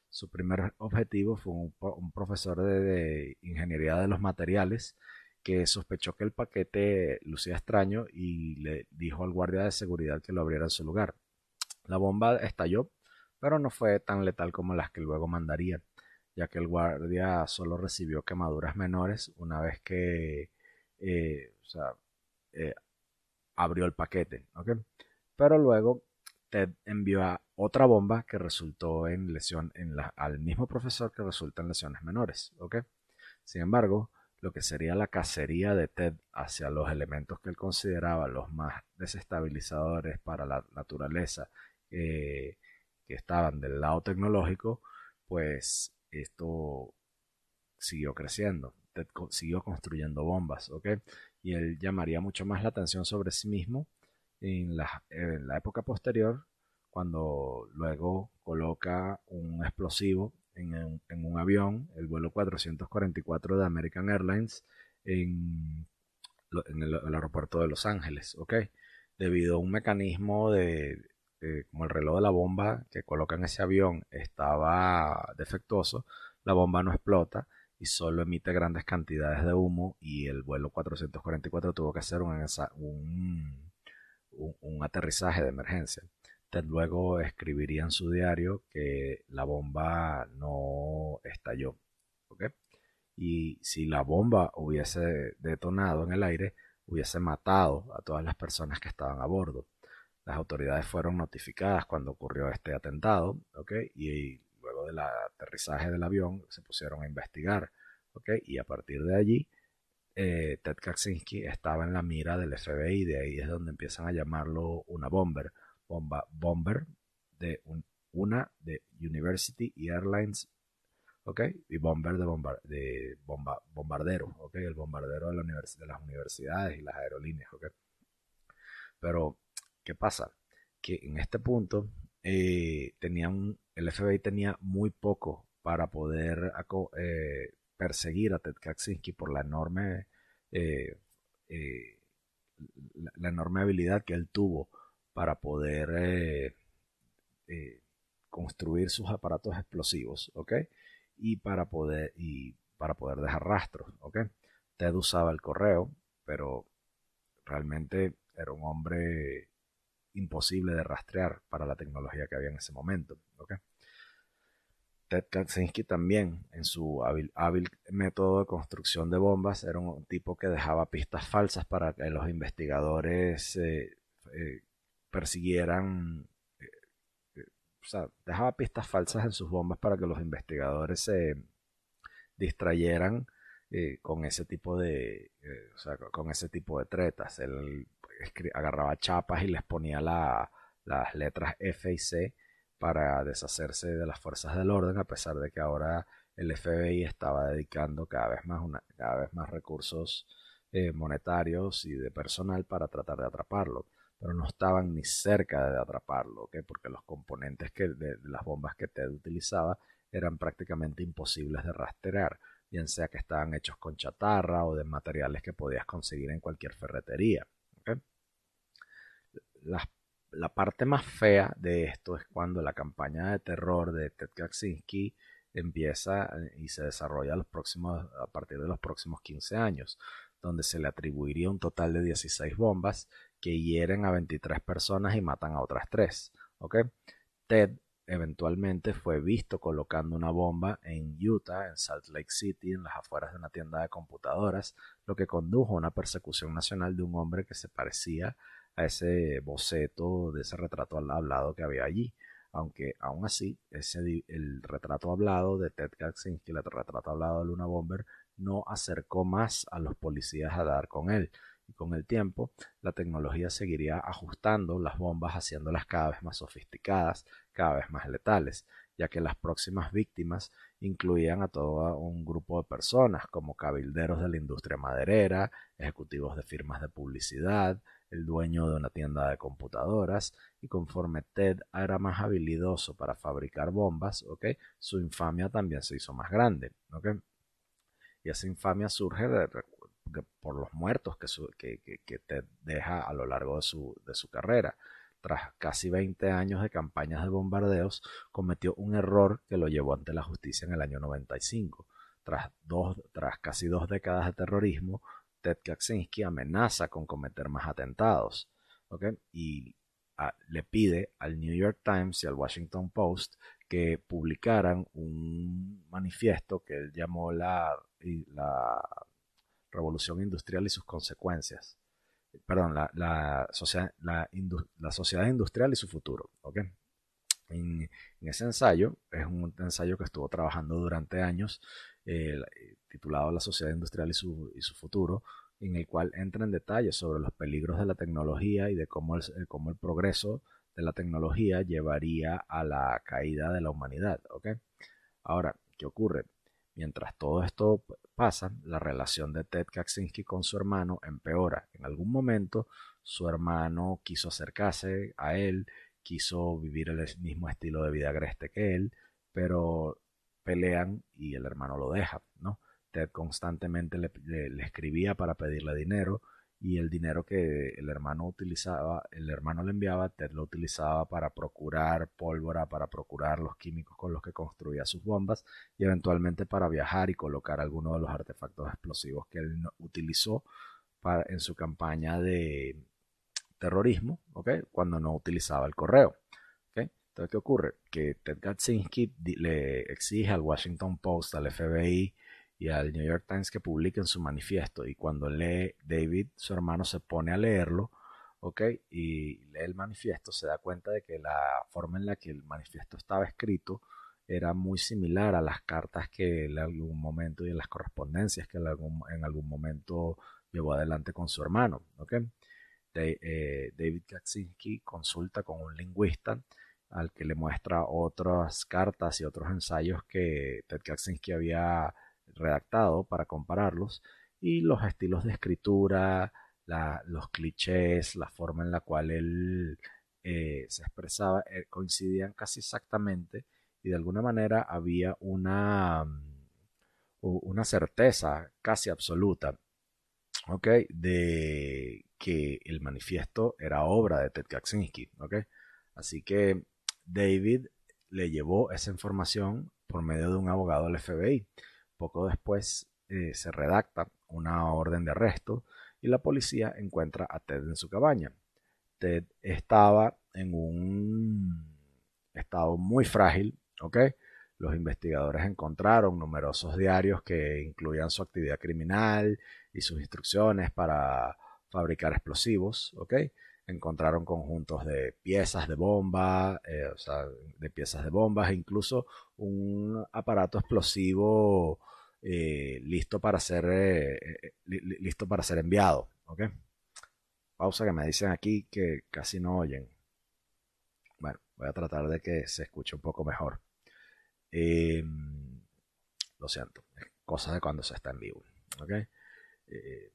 Su primer objetivo fue un, un profesor de, de ingeniería de los materiales que sospechó que el paquete lucía extraño y le dijo al guardia de seguridad que lo abriera en su lugar. La bomba estalló, pero no fue tan letal como las que luego mandaría, ya que el guardia solo recibió quemaduras menores una vez que eh, o sea, eh, abrió el paquete, ¿ok? Pero luego Ted envió a otra bomba que resultó en lesión en la, al mismo profesor que resulta en lesiones menores, ¿ok? Sin embargo, lo que sería la cacería de Ted hacia los elementos que él consideraba los más desestabilizadores para la naturaleza eh, que estaban del lado tecnológico, pues esto siguió creciendo. Ted siguió construyendo bombas, ¿ok? Y él llamaría mucho más la atención sobre sí mismo en la, en la época posterior, cuando luego coloca un explosivo en, en, en un avión, el vuelo cuatrocientos cuarenta y cuatro de American Airlines, en, en el, el, aeropuerto de Los Ángeles, ¿ok? Debido a un mecanismo de, de, como el reloj de la bomba que coloca en ese avión estaba defectuoso, la bomba no explota y solo emite grandes cantidades de humo y el vuelo cuatrocientos cuarenta y cuatro tuvo que hacer un, un, un, un aterrizaje de emergencia. Ted luego escribiría en su diario que la bomba no estalló, ¿ok? Y si la bomba hubiese detonado en el aire, hubiese matado a todas las personas que estaban a bordo. Las autoridades fueron notificadas cuando ocurrió este atentado, ¿ok? Y luego del aterrizaje del avión se pusieron a investigar, ¿ok? Y a partir de allí, eh, Ted Kaczynski estaba en la mira del F B I, de ahí es donde empiezan a llamarlo una bomber, bomba, bomber de un, una de University Airlines, ¿ok? Y bomber de, bomba, de bomba, bombardero, ¿ok? El bombardero de, la univers de las universidades y las aerolíneas, ¿ok? Pero, ¿qué pasa? Que en este punto eh, tenía un, el F B I tenía muy poco para poder eh, perseguir a Ted Kaczynski por la enorme, eh, eh, la, la, enorme habilidad que él tuvo para poder eh, eh, construir sus aparatos explosivos, ¿ok? Y para poder, y para poder dejar rastros, ¿ok? Ted usaba el correo, pero realmente era un hombre imposible de rastrear para la tecnología que había en ese momento, ¿ok? Ted Kaczynski también, en su hábil, hábil, método de construcción de bombas, era un tipo que dejaba pistas falsas para que los investigadores eh, eh, persiguieran, eh, o sea, dejaba pistas falsas en sus bombas para que los investigadores se distrayeran eh, con ese tipo de, eh, o sea, con ese tipo de tretas. Él agarraba chapas y les ponía la, las letras F y C para deshacerse de las fuerzas del orden, a pesar de que ahora el F B I estaba dedicando cada vez más, una, cada vez más recursos eh, monetarios y de personal para tratar de atraparlo, pero no estaban ni cerca de atraparlo, ¿okay? Porque los componentes que de, de las bombas que Ted utilizaba eran prácticamente imposibles de rastrear, bien sea que estaban hechos con chatarra o de materiales que podías conseguir en cualquier ferretería, ¿okay? Las la parte más fea de esto es cuando la campaña de terror de Ted Kaczynski empieza y se desarrolla los próximos, a partir de los próximos quince años, donde se le atribuiría un total de dieciséis bombas que hieren a veintitrés personas y matan a otras tres. ¿Okay? Ted eventualmente fue visto colocando una bomba en Utah, en Salt Lake City, en las afueras de una tienda de computadoras, lo que condujo a una persecución nacional de un hombre que se parecía a ese boceto de ese retrato hablado que había allí. Aunque aún así, ese, el retrato hablado de Ted Kaczynski, el retrato hablado de Luna Bomber, no acercó más a los policías a dar con él. Y con el tiempo, la tecnología seguiría ajustando las bombas, haciéndolas cada vez más sofisticadas, cada vez más letales, ya que las próximas víctimas incluían a todo un grupo de personas, como cabilderos de la industria maderera, ejecutivos de firmas de publicidad, el dueño de una tienda de computadoras, y conforme Ted era más habilidoso para fabricar bombas, ¿okay? Su infamia también se hizo más grande, ¿okay? Y esa infamia surge de, de, por los muertos que, su, que, que, que Ted deja a lo largo de su, de su carrera. tras casi veinte años de campañas de bombardeos, cometió un error que lo llevó ante la justicia en el año noventa y cinco. Tras, dos, tras casi dos décadas de terrorismo, Ted Kaczynski amenaza con cometer más atentados, ¿okay? Y a, le pide al New York Times y al Washington Post que publicaran un manifiesto que él llamó la, la Revolución Industrial y sus consecuencias. Perdón, la, la, sociedad, la, indu la sociedad industrial y su futuro. ¿Okay? En, en, ese ensayo, es un ensayo que estuvo trabajando durante años, eh, titulado La sociedad industrial y su, y su futuro, en el cual entra en detalle sobre los peligros de la tecnología y de cómo el, cómo el progreso de la tecnología llevaría a la caída de la humanidad. ¿Okay? Ahora, ¿qué ocurre? Mientras todo esto pasa, la relación de Ted Kaczynski con su hermano empeora. En algún momento, su hermano quiso acercarse a él, quiso vivir el mismo estilo de vida agreste que él, pero pelean y el hermano lo deja, ¿no? Ted constantemente le, le, le escribía para pedirle dinero, y el dinero que el hermano utilizaba, el hermano le enviaba, Ted lo utilizaba para procurar pólvora, para procurar los químicos con los que construía sus bombas, y eventualmente para viajar y colocar algunos de los artefactos explosivos que él utilizó para, en su campaña de terrorismo, ¿okay? Cuando no utilizaba el correo. ¿Okay? Entonces, ¿qué ocurre? Que Ted Kaczynski le exige al Washington Post, al F B I y al New York Times que publiquen su manifiesto, y cuando lee David, su hermano, se pone a leerlo, ¿ok? Y lee el manifiesto, se da cuenta de que la forma en la que el manifiesto estaba escrito era muy similar a las cartas que en algún momento y en las correspondencias que en algún, en algún momento llevó adelante con su hermano, ¿ok? De, eh, David Kaczynski consulta con un lingüista al que le muestra otras cartas y otros ensayos que Ted Kaczynski había redactado para compararlos, y los estilos de escritura, la, los clichés, la forma en la cual él eh, se expresaba eh, coincidían casi exactamente, y de alguna manera había una, una certeza casi absoluta, ¿okay? De que el manifiesto era obra de Ted Kaczynski, ¿okay? Así que David le llevó esa información por medio de un abogado del F B I. Poco después eh, se redacta una orden de arresto y la policía encuentra a Ted en su cabaña. Ted estaba en un estado muy frágil, ¿ok? Los investigadores encontraron numerosos diarios que incluían su actividad criminal y sus instrucciones para fabricar explosivos, ¿ok? Encontraron conjuntos de piezas de bomba, eh, o sea, de piezas de bombas, e incluso un aparato explosivo eh, listo para ser eh, eh, li, listo para ser enviado, ¿ok? Pausa, que me dicen aquí que casi no oyen. Bueno, voy a tratar de que se escuche un poco mejor. Eh, lo siento, cosas de cuando se está en vivo, ¿ok? Eh,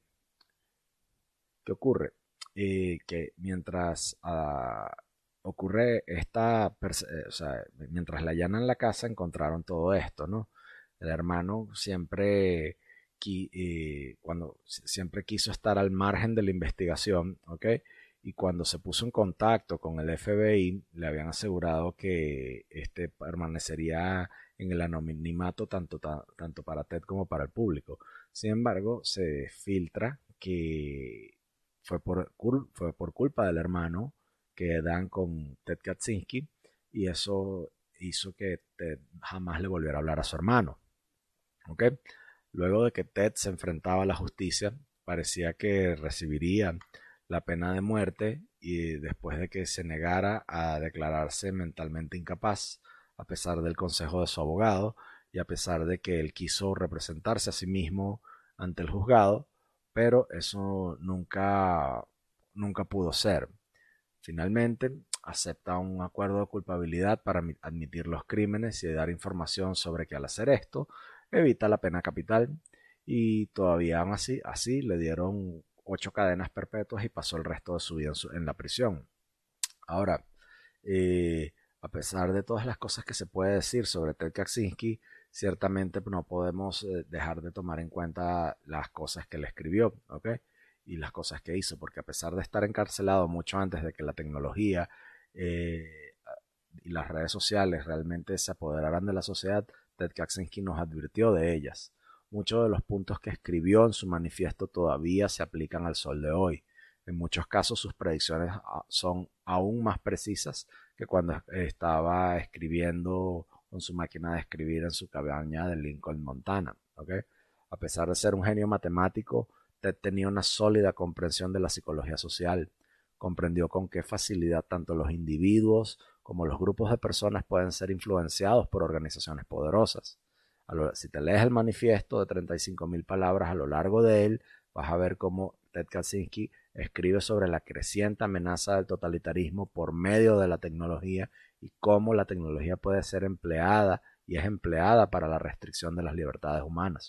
¿Qué ocurre? Eh, que mientras uh, ocurre esta, o sea, mientras le allanan la casa, encontraron todo esto, ¿no? El hermano siempre, qui, eh, cuando, siempre quiso estar al margen de la investigación, ¿ok? Y cuando se puso en contacto con el F B I, le habían asegurado que este permanecería en el anonimato tanto, ta, tanto para Ted como para el público. Sin embargo, se filtra que fue por, fue por culpa del hermano que dan con Ted Kaczynski, y eso hizo que Ted jamás le volviera a hablar a su hermano. ¿Okay? Luego de que Ted se enfrentaba a la justicia, parecía que recibiría la pena de muerte, y después de que se negara a declararse mentalmente incapaz, a pesar del consejo de su abogado y a pesar de que él quiso representarse a sí mismo ante el juzgado, pero eso nunca, nunca pudo ser. Finalmente, acepta un acuerdo de culpabilidad para admitir los crímenes y dar información sobre que al hacer esto evita la pena capital, y todavía aún así, así le dieron ocho cadenas perpetuas y pasó el resto de su vida en, su, en la prisión. Ahora, eh, a pesar de todas las cosas que se puede decir sobre Ted Kaczynski, ciertamente no podemos eh, dejar de tomar en cuenta las cosas que él escribió, ¿ok? y las cosas que hizo, porque a pesar de estar encarcelado mucho antes de que la tecnología eh, y las redes sociales realmente se apoderaran de la sociedad, Ted Kaczynski nos advirtió de ellas. Muchos de los puntos que escribió en su manifiesto todavía se aplican al sol de hoy. En muchos casos sus predicciones son aún más precisas que cuando estaba escribiendo con su máquina de escribir en su cabaña de Lincoln, Montana. ¿Okay? A pesar de ser un genio matemático, Ted tenía una sólida comprensión de la psicología social. Comprendió con qué facilidad tanto los individuos como los grupos de personas pueden ser influenciados por organizaciones poderosas. Si te lees el manifiesto de treinta y cinco mil palabras a lo largo de él, vas a ver cómo Ted Kaczynski escribe sobre la creciente amenaza del totalitarismo por medio de la tecnología y cómo la tecnología puede ser empleada y es empleada para la restricción de las libertades humanas.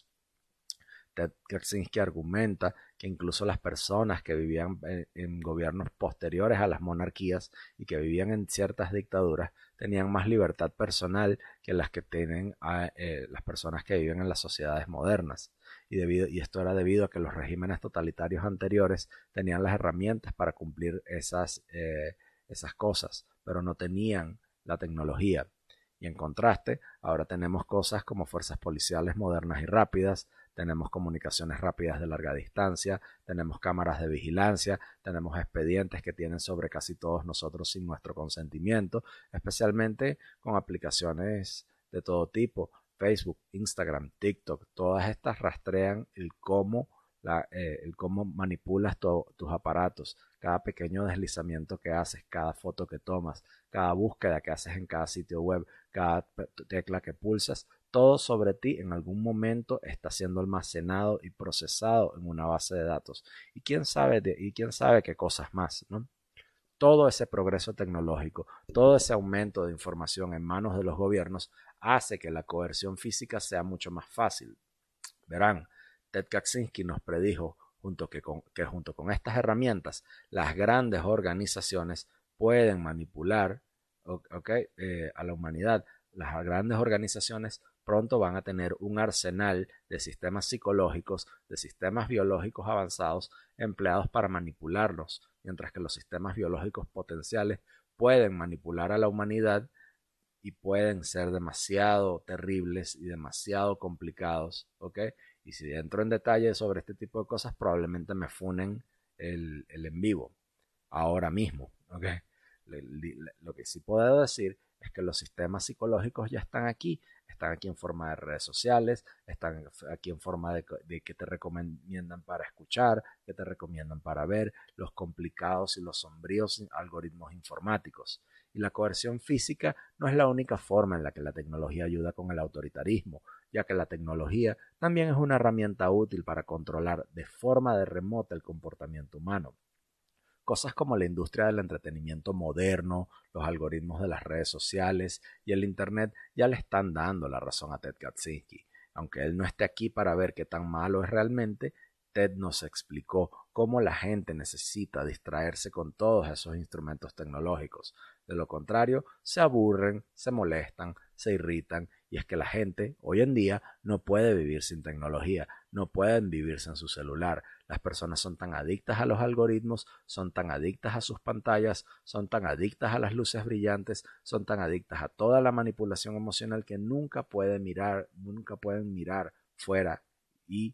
Ted Kaczynski argumenta que incluso las personas que vivían en, en gobiernos posteriores a las monarquías y que vivían en ciertas dictaduras tenían más libertad personal que las que tienen a, eh, las personas que viven en las sociedades modernas. Y, debido, y esto era debido a que los regímenes totalitarios anteriores tenían las herramientas para cumplir esas, eh, esas cosas, pero no tenían la tecnología. Y en contraste, ahora tenemos cosas como fuerzas policiales modernas y rápidas, tenemos comunicaciones rápidas de larga distancia, tenemos cámaras de vigilancia, tenemos expedientes que tienen sobre casi todos nosotros sin nuestro consentimiento, especialmente con aplicaciones de todo tipo, Facebook, Instagram, TikTok, todas estas rastrean el cómo, la, eh, el cómo manipulas tu, tus aparatos, cada pequeño deslizamiento que haces, cada foto que tomas, cada búsqueda que haces en cada sitio web, cada tecla que pulsas, todo sobre ti en algún momento está siendo almacenado y procesado en una base de datos. Y quién sabe, de, y quién sabe qué cosas más, ¿no? Todo ese progreso tecnológico, todo ese aumento de información en manos de los gobiernos hace que la coerción física sea mucho más fácil. Verán, Ted Kaczynski nos predijo junto que, con, que junto con estas herramientas, las grandes organizaciones pueden manipular okay, eh, a la humanidad. Las grandes organizaciones pronto van a tener un arsenal de sistemas psicológicos, de sistemas biológicos avanzados empleados para manipularlos, mientras que los sistemas biológicos potenciales pueden manipular a la humanidad y pueden ser demasiado terribles y demasiado complicados, ¿ok? Y si entro en detalle sobre este tipo de cosas, probablemente me funen el, el en vivo, ahora mismo, ¿ok? Le, le, lo que sí puedo decir es que los sistemas psicológicos ya están aquí, están aquí en forma de redes sociales, están aquí en forma de, de que te recomiendan para escuchar, que te recomiendan para ver, los complicados y los sombríos algoritmos informáticos. Y la coerción física no es la única forma en la que la tecnología ayuda con el autoritarismo, ya que la tecnología también es una herramienta útil para controlar de forma de remota el comportamiento humano. Cosas como la industria del entretenimiento moderno, los algoritmos de las redes sociales y el Internet ya le están dando la razón a Ted Kaczynski. Aunque él no esté aquí para ver qué tan malo es realmente, Ted nos explicó cómo la gente necesita distraerse con todos esos instrumentos tecnológicos. De lo contrario, se aburren, se molestan, se irritan, y es que la gente hoy en día no puede vivir sin tecnología, no pueden vivir sin su celular. Las personas son tan adictas a los algoritmos, son tan adictas a sus pantallas, son tan adictas a las luces brillantes, son tan adictas a toda la manipulación emocional que nunca pueden mirar, nunca pueden mirar fuera y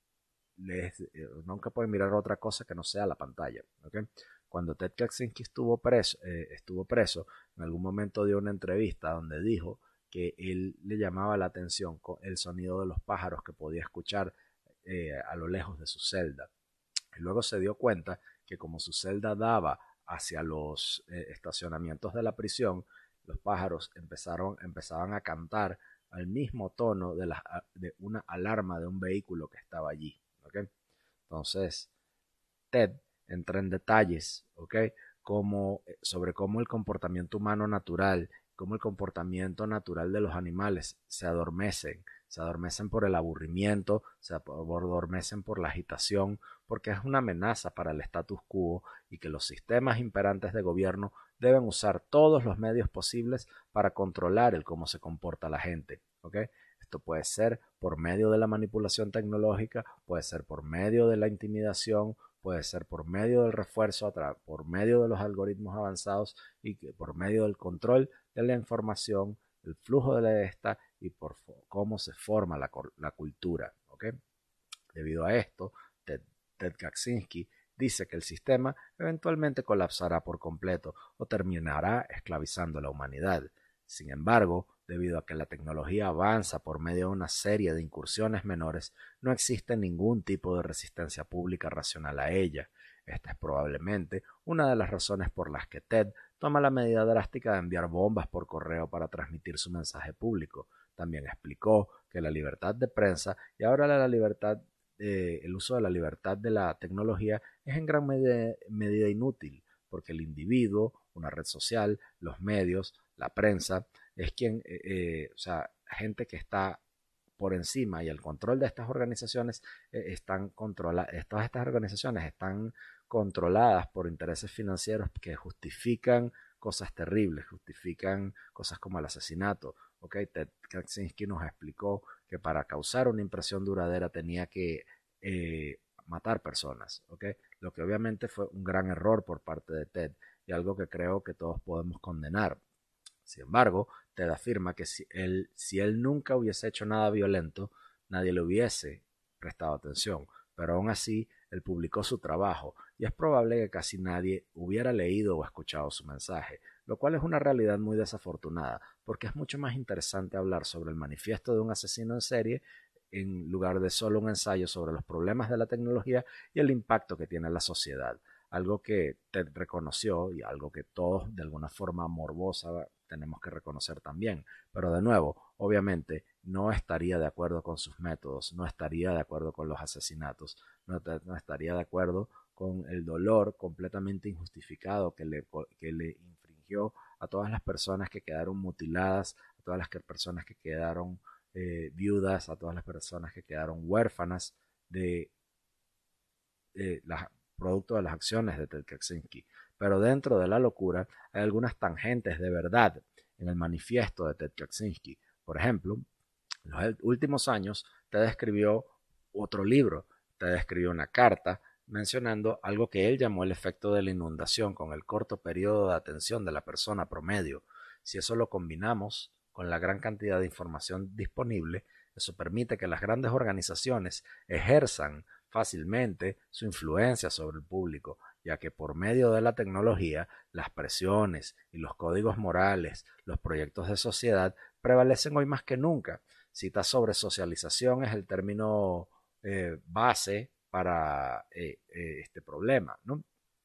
les, eh, nunca pueden mirar otra cosa que no sea la pantalla, ¿okay? Cuando Ted Kaczynski estuvo preso, eh, estuvo preso, en algún momento dio una entrevista donde dijo que él le llamaba la atención con el sonido de los pájaros que podía escuchar eh, a lo lejos de su celda. Y luego se dio cuenta que como su celda daba hacia los eh, estacionamientos de la prisión, los pájaros empezaron, empezaban a cantar al mismo tono de, la, de una alarma de un vehículo que estaba allí. ¿Okay? Entonces, Ted entra en detalles, ¿okay? Como, sobre cómo el comportamiento humano natural, cómo el comportamiento natural de los animales se adormecen, se adormecen por el aburrimiento, se adormecen por la agitación, porque es una amenaza para el status quo y que los sistemas imperantes de gobierno deben usar todos los medios posibles para controlar el cómo se comporta la gente, ¿okay? Esto puede ser por medio de la manipulación tecnológica, puede ser por medio de la intimidación, puede ser por medio del refuerzo, por medio de los algoritmos avanzados y que por medio del control de la información, el flujo de esta y por cómo se forma la, la cultura. ¿Okay? Debido a esto, Ted, Ted Kaczynski dice que el sistema eventualmente colapsará por completo o terminará esclavizando a la humanidad. Sin embargo, debido a que la tecnología avanza por medio de una serie de incursiones menores, no existe ningún tipo de resistencia pública racional a ella. Esta es probablemente una de las razones por las que Ted toma la medida drástica de enviar bombas por correo para transmitir su mensaje público. También explicó que la libertad de prensa y ahora la libertad, eh, el uso de la libertad de la tecnología es en gran medida, medida inútil, porque el individuo, una red social, los medios, la prensa, es quien, eh, eh, o sea, gente que está por encima y el control de estas organizaciones eh, están controladas, todas estas organizaciones están controladas por intereses financieros que justifican cosas terribles, justifican cosas como el asesinato. ¿Okay? Ted Kaczynski nos explicó que para causar una impresión duradera tenía que eh, matar personas, ¿okay? Lo que obviamente fue un gran error por parte de Ted y algo que creo que todos podemos condenar. Sin embargo, Ted afirma que si él, si él nunca hubiese hecho nada violento, nadie le hubiese prestado atención, pero aún así él publicó su trabajo y es probable que casi nadie hubiera leído o escuchado su mensaje, lo cual es una realidad muy desafortunada, porque es mucho más interesante hablar sobre el manifiesto de un asesino en serie en lugar de solo un ensayo sobre los problemas de la tecnología y el impacto que tiene en la sociedad. Algo que Ted reconoció y algo que todos de alguna forma morbosa tenemos que reconocer también. Pero de nuevo, obviamente no estaría de acuerdo con sus métodos, no estaría de acuerdo con los asesinatos, no, no estaría de acuerdo con el dolor completamente injustificado que le, que le infringió a todas las personas que quedaron mutiladas, a todas las que, personas que quedaron eh, viudas, a todas las personas que quedaron huérfanas de eh, las producto de las acciones de Ted Kaczynski. Pero dentro de la locura hay algunas tangentes de verdad en el manifiesto de Ted Kaczynski. Por ejemplo, en los últimos años, Ted escribió otro libro, Ted escribió una carta mencionando algo que él llamó el efecto de la inundación con el corto periodo de atención de la persona promedio. Si eso lo combinamos con la gran cantidad de información disponible, eso permite que las grandes organizaciones ejerzan fácilmente su influencia sobre el público, ya que por medio de la tecnología, las presiones y los códigos morales, los proyectos de sociedad prevalecen hoy más que nunca. Cita sobre socialización es el término eh, base para eh, eh, este problema, ¿no?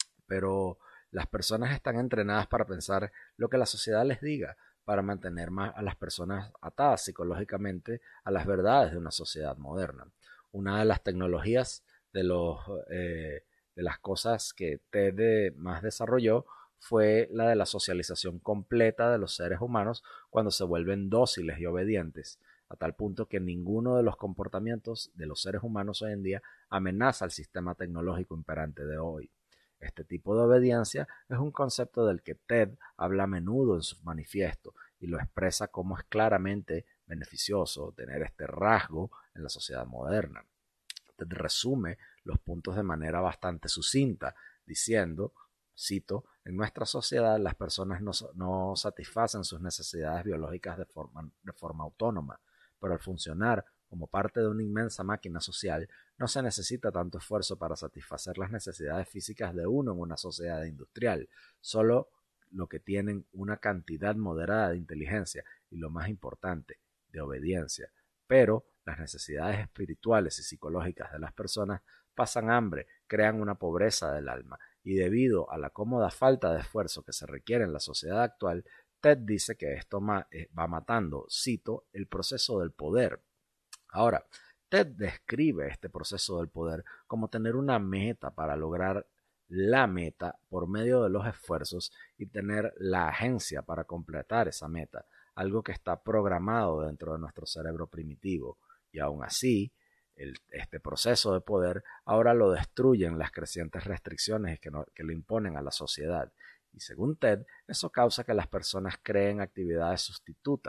Pero las personas están entrenadas para pensar lo que la sociedad les diga, para mantener más a las personas atadas psicológicamente a las verdades de una sociedad moderna. Una de las tecnologías de, los, eh, de las cosas que Ted más desarrolló fue la de la socialización completa de los seres humanos cuando se vuelven dóciles y obedientes, a tal punto que ninguno de los comportamientos de los seres humanos hoy en día amenaza al sistema tecnológico imperante de hoy. Este tipo de obediencia es un concepto del que Ted habla a menudo en su manifiesto y lo expresa como es claramente beneficioso tener este rasgo en la sociedad moderna. Ted resume los puntos de manera bastante sucinta, diciendo, cito, en nuestra sociedad las personas no, no satisfacen sus necesidades biológicas de forma, de forma autónoma, pero al funcionar como parte de una inmensa máquina social, no se necesita tanto esfuerzo para satisfacer las necesidades físicas de uno en una sociedad industrial, solo lo que tienen una cantidad moderada de inteligencia y, lo más importante, de obediencia. Pero las necesidades espirituales y psicológicas de las personas pasan hambre, crean una pobreza del alma, y debido a la cómoda falta de esfuerzo que se requiere en la sociedad actual, Ted dice que esto va matando, cito, el proceso del poder. Ahora, Ted describe este proceso del poder como tener una meta para lograr la meta por medio de los esfuerzos y tener la agencia para completar esa meta, algo que está programado dentro de nuestro cerebro primitivo. Y aún así, el, este proceso de poder ahora lo destruyen las crecientes restricciones que, no, que le imponen a la sociedad. Y según Ted, eso causa que las personas creen actividades sustitutas,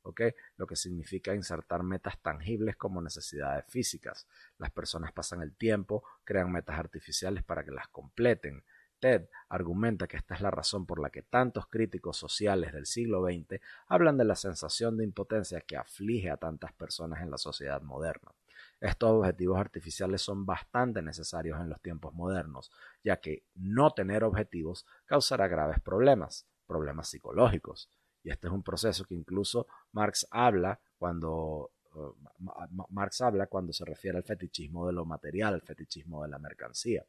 ¿ok? Lo que significa insertar metas tangibles como necesidades físicas. Las personas pasan el tiempo, crean metas artificiales para que las completen. Ted argumenta que esta es la razón por la que tantos críticos sociales del siglo veinte hablan de la sensación de impotencia que aflige a tantas personas en la sociedad moderna. Estos objetivos artificiales son bastante necesarios en los tiempos modernos, ya que no tener objetivos causará graves problemas, problemas psicológicos. Y este es un proceso que incluso Marx habla cuando, uh, Marx habla cuando se refiere al fetichismo de lo material, al fetichismo de la mercancía.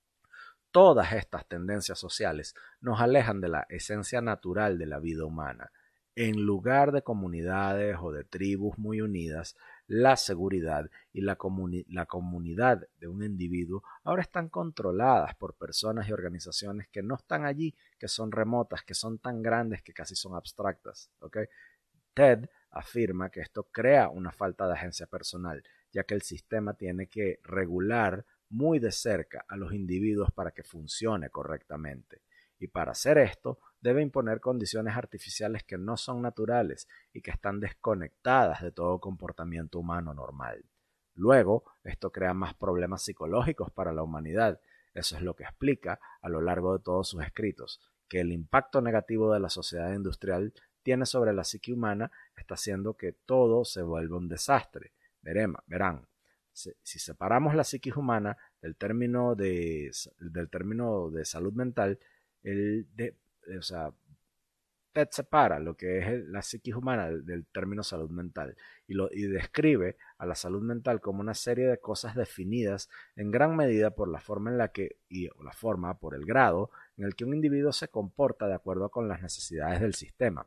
Todas estas tendencias sociales nos alejan de la esencia natural de la vida humana. En lugar de comunidades o de tribus muy unidas, la seguridad y la, comuni la comunidad de un individuo ahora están controladas por personas y organizaciones que no están allí, que son remotas, que son tan grandes que casi son abstractas. ¿Okay? Ted afirma que esto crea una falta de agencia personal, ya que el sistema tiene que regular muy de cerca a los individuos para que funcione correctamente. Y para hacer esto, debe imponer condiciones artificiales que no son naturales y que están desconectadas de todo comportamiento humano normal. Luego, esto crea más problemas psicológicos para la humanidad. Eso es lo que explica a lo largo de todos sus escritos, que el impacto negativo de la sociedad industrial tiene sobre la psique humana está haciendo que todo se vuelva un desastre. Veremos, verán. Si separamos la psiquis humana del término de, del término de salud mental, el de, o sea, Ted separa lo que es la psiquis humana del, del término salud mental y, lo, y describe a la salud mental como una serie de cosas definidas en gran medida por la forma en la que, y o la forma, por el grado en el que un individuo se comporta de acuerdo con las necesidades del sistema.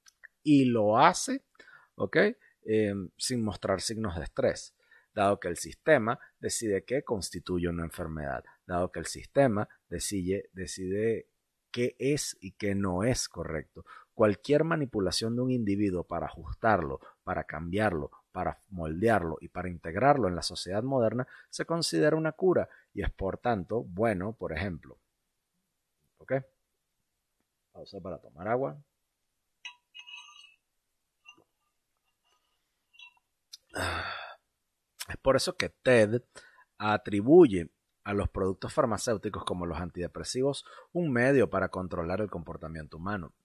Y lo hace, ¿ok? Eh, sin mostrar signos de estrés, dado que el sistema decide qué constituye una enfermedad, dado que el sistema decide, decide qué es y qué no es correcto. Cualquier manipulación de un individuo para ajustarlo, para cambiarlo, para moldearlo y para integrarlo en la sociedad moderna se considera una cura y es por tanto bueno, por ejemplo. ¿Ok? Pausa para tomar agua. Es por eso que Ted atribuye a los productos farmacéuticos como los antidepresivos un medio para controlar el comportamiento humano.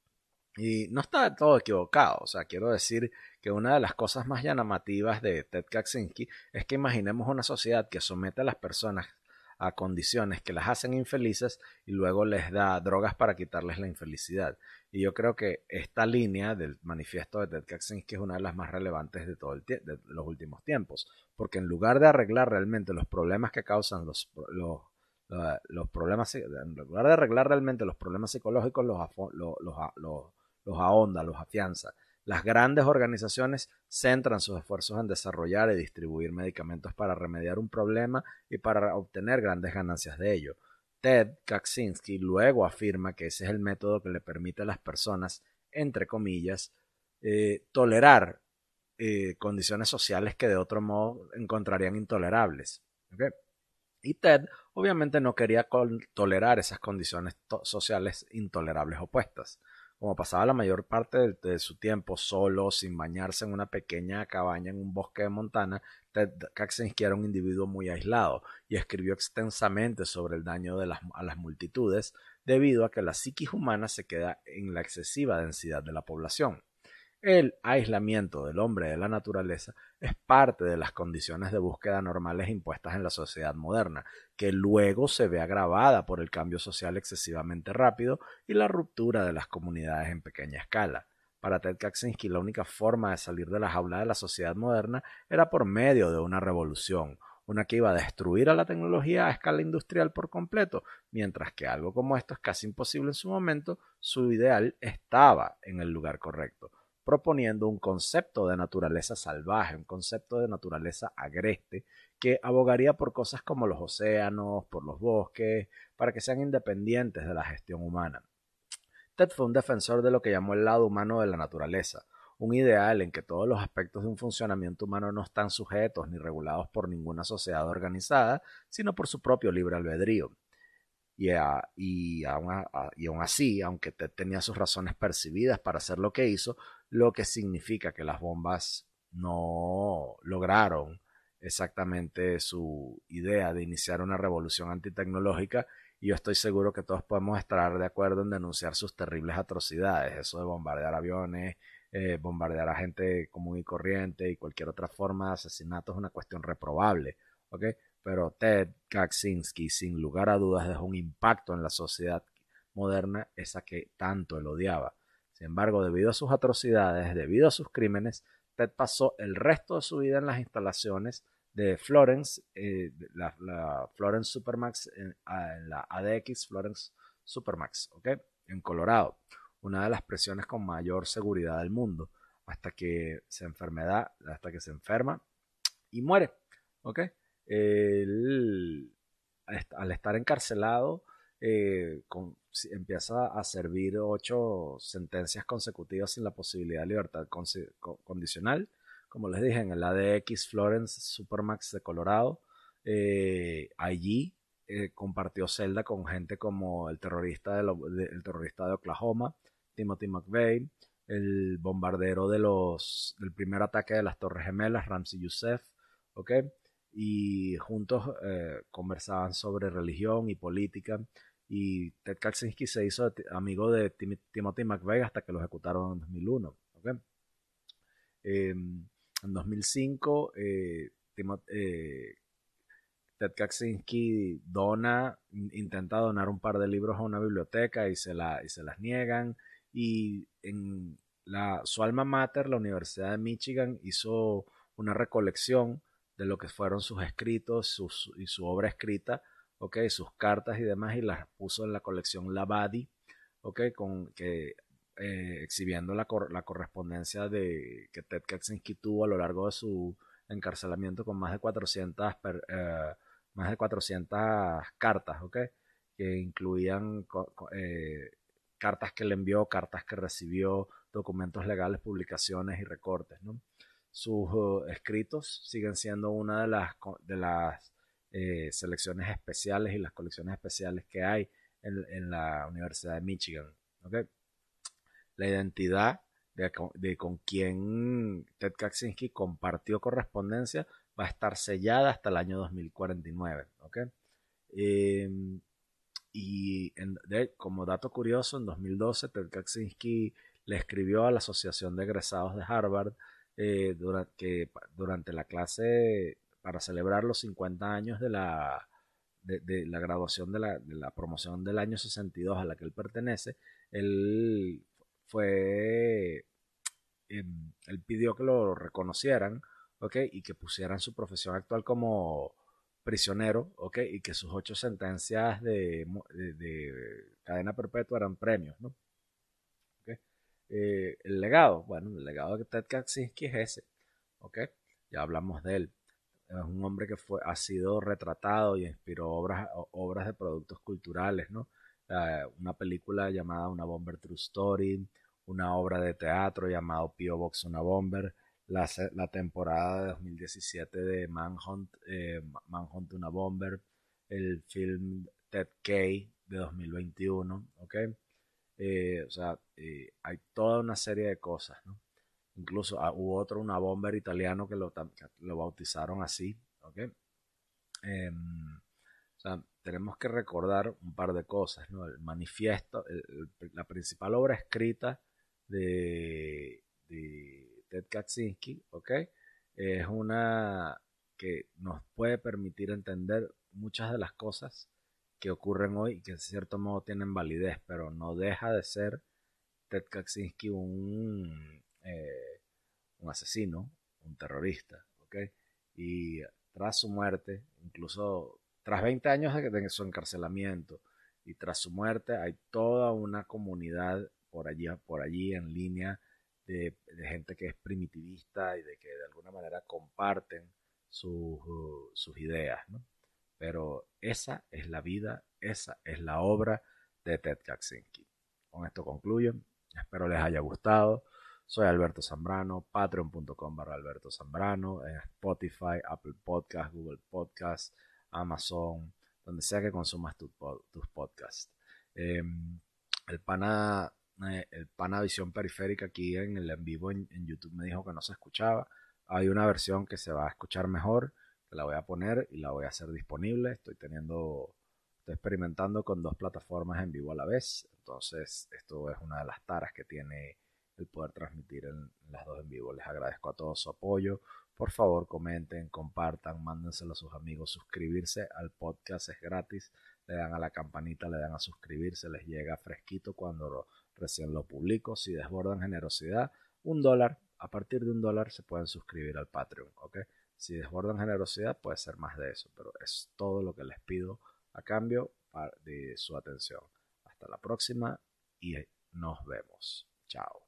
Y no está del todo equivocado, o sea, quiero decir que una de las cosas más llamativas de Ted Kaczynski es que imaginemos una sociedad que somete a las personas a condiciones que las hacen infelices y luego les da drogas para quitarles la infelicidad. Y yo creo que esta línea del manifiesto de Ted Kaczynski es una de las más relevantes de, todo el de los últimos tiempos, porque en lugar de arreglar realmente los problemas que causan los, los, los, los problemas, en lugar de arreglar realmente los problemas psicológicos, los, los, los, los, los ahonda, los afianza. Las grandes organizaciones centran sus esfuerzos en desarrollar y distribuir medicamentos para remediar un problema y para obtener grandes ganancias de ello. Ted Kaczynski luego afirma que ese es el método que le permite a las personas, entre comillas, eh, tolerar eh, condiciones sociales que de otro modo encontrarían intolerables. ¿Okay? Y Ted obviamente no quería tolerar esas condiciones sociales intolerables opuestas. Como pasaba la mayor parte de, de su tiempo solo, sin bañarse en una pequeña cabaña en un bosque de Montana, Ted Kaczynski era un individuo muy aislado y escribió extensamente sobre el daño de las, a las multitudes debido a que la psiquis humana se queda en la excesiva densidad de la población. El aislamiento del hombre de la naturaleza es parte de las condiciones de búsqueda normales impuestas en la sociedad moderna, que luego se ve agravada por el cambio social excesivamente rápido y la ruptura de las comunidades en pequeña escala. Para Ted Kaczynski, la única forma de salir de la jaula de la sociedad moderna era por medio de una revolución, una que iba a destruir a la tecnología a escala industrial por completo, mientras que algo como esto es casi imposible en su momento, su ideal estaba en el lugar correcto, proponiendo un concepto de naturaleza salvaje, un concepto de naturaleza agreste, que abogaría por cosas como los océanos, por los bosques, para que sean independientes de la gestión humana. Ted fue un defensor de lo que llamó el lado humano de la naturaleza, un ideal en que todos los aspectos de un funcionamiento humano no están sujetos ni regulados por ninguna sociedad organizada, sino por su propio libre albedrío. Y, a, y, aún a, y aún así, aunque Ted tenía sus razones percibidas para hacer lo que hizo, lo que significa que las bombas no lograron exactamente su idea de iniciar una revolución antitecnológica, y yo estoy seguro que todos podemos estar de acuerdo en denunciar sus terribles atrocidades, eso de bombardear aviones, eh, bombardear a gente común y corriente y cualquier otra forma de asesinato es una cuestión reprobable, ¿ok? Pero Ted Kaczynski, sin lugar a dudas, dejó un impacto en la sociedad moderna, esa que tanto él odiaba. Sin embargo, debido a sus atrocidades, debido a sus crímenes, Ted pasó el resto de su vida en las instalaciones de Florence, eh, la, la, Florence Supermax, en, en, la A D X Florence Supermax, ¿ok? En Colorado, una de las prisiones con mayor seguridad del mundo, hasta que se enfermedad, hasta que se enferma y muere, ¿ok? Él, al estar encarcelado, eh, con, empieza a servir ocho sentencias consecutivas sin la posibilidad de libertad con, con, condicional, como les dije, en el A D X Florence Supermax de Colorado. Eh, allí eh, compartió celda con gente como el terrorista de, lo, de, el terrorista de Oklahoma, Timothy McVeigh, el bombardero de los, del primer ataque de las Torres Gemelas, Ramzi Youssef, ¿ok? Y juntos eh, conversaban sobre religión y política, y Ted Kaczynski se hizo amigo de Tim Timothy McVeigh hasta que lo ejecutaron en dos mil uno, ¿okay? eh, en dos mil cinco eh, eh, Ted Kaczynski dona, intenta donar un par de libros a una biblioteca y se, la, y se las niegan, y en la, su alma mater, la Universidad de Michigan, hizo una recolección de lo que fueron sus escritos sus, y su obra escrita, okay, sus cartas y demás, y las puso en la colección Labadie, okay, con, que, eh, exhibiendo la, cor, la correspondencia de, que Ted Kaczynski tuvo a lo largo de su encarcelamiento, con más de cuatrocientas per, eh, más de cuatrocientas cartas, ¿ok? Que incluían eh, cartas que le envió, cartas que recibió, documentos legales, publicaciones y recortes, ¿no? Sus uh, escritos siguen siendo una de las, de las eh, selecciones especiales y las colecciones especiales que hay en, en la Universidad de Michigan, ¿ok? La identidad de, de con quien Ted Kaczynski compartió correspondencia va a estar sellada hasta el año dos mil cuarenta y nueve, ¿ok? Eh, y en, de, como dato curioso, en dos mil doce Ted Kaczynski le escribió a la Asociación de Egresados de Harvard eh, durante, que durante la clase para celebrar los cincuenta años de la, de, de la graduación de la, de la promoción del año sesenta y dos a la que él pertenece. Él fue, eh, él pidió que lo reconocieran, ¿ok? Y que pusieran su profesión actual como prisionero, ¿ok? Y que sus ocho sentencias de, de, de cadena perpetua eran premios, ¿no? ¿Okay? Eh, el legado, bueno, el legado de Ted Kaczynski es ese, ¿ok? Ya hablamos de él. Es un hombre que fue, ha sido retratado y inspiró obras, obras de productos culturales, ¿no? Uh, una película llamada Una Bomber True Story, una obra de teatro llamado P O. Box Una Bomber, la, la temporada de dos mil diecisiete de Manhunt, eh, Manhunt Una Bomber, el film Ted K de dos mil veintiuno, ¿ok? Eh, o sea, eh, hay toda una serie de cosas, ¿no? Incluso ah, hubo otro, una bomber italiano que lo, que lo bautizaron así, ¿ok? Eh, o sea, tenemos que recordar un par de cosas, ¿no? El manifiesto, el, el, la principal obra escrita de, de Ted Kaczynski, ¿ok? Es una que nos puede permitir entender muchas de las cosas que ocurren hoy y que de cierto modo tienen validez, pero no deja de ser Ted Kaczynski un, eh, un asesino, un terrorista, ¿ok? Y tras su muerte, incluso tras veinte años de, de su encarcelamiento y tras su muerte, hay toda una comunidad por allí, por allí en línea de, de gente que es primitivista y de que de alguna manera comparten sus, uh, sus ideas, ¿no? Pero esa es la vida, esa es la obra de Ted Kaczynski. Con esto concluyo. Espero les haya gustado. Soy Alberto Zambrano, patreon punto com barra Alberto Zambrano, en Spotify, Apple Podcast, Google Podcast, Amazon, donde sea que consumas tu, tus podcasts. Eh, el pana Eh, el pana Visión Periférica aquí en el en vivo en, en YouTube me dijo que no se escuchaba. Hay una versión que se va a escuchar mejor, que la voy a poner y la voy a hacer disponible. Estoy teniendo, estoy experimentando con dos plataformas en vivo a la vez. Entonces, esto es una de las taras que tiene el poder transmitir en, en las dos en vivo. Les agradezco a todos su apoyo. Por favor, comenten, compartan, mándenselo a sus amigos. Suscribirse al podcast es gratis. Le dan a la campanita, le dan a suscribirse, les llega fresquito cuando recién lo publico. Si desbordan generosidad, un dólar, a partir de un dólar se pueden suscribir al Patreon, ¿ok? Si desbordan generosidad puede ser más de eso, pero es todo lo que les pido a cambio de su atención. Hasta la próxima y nos vemos. Chao.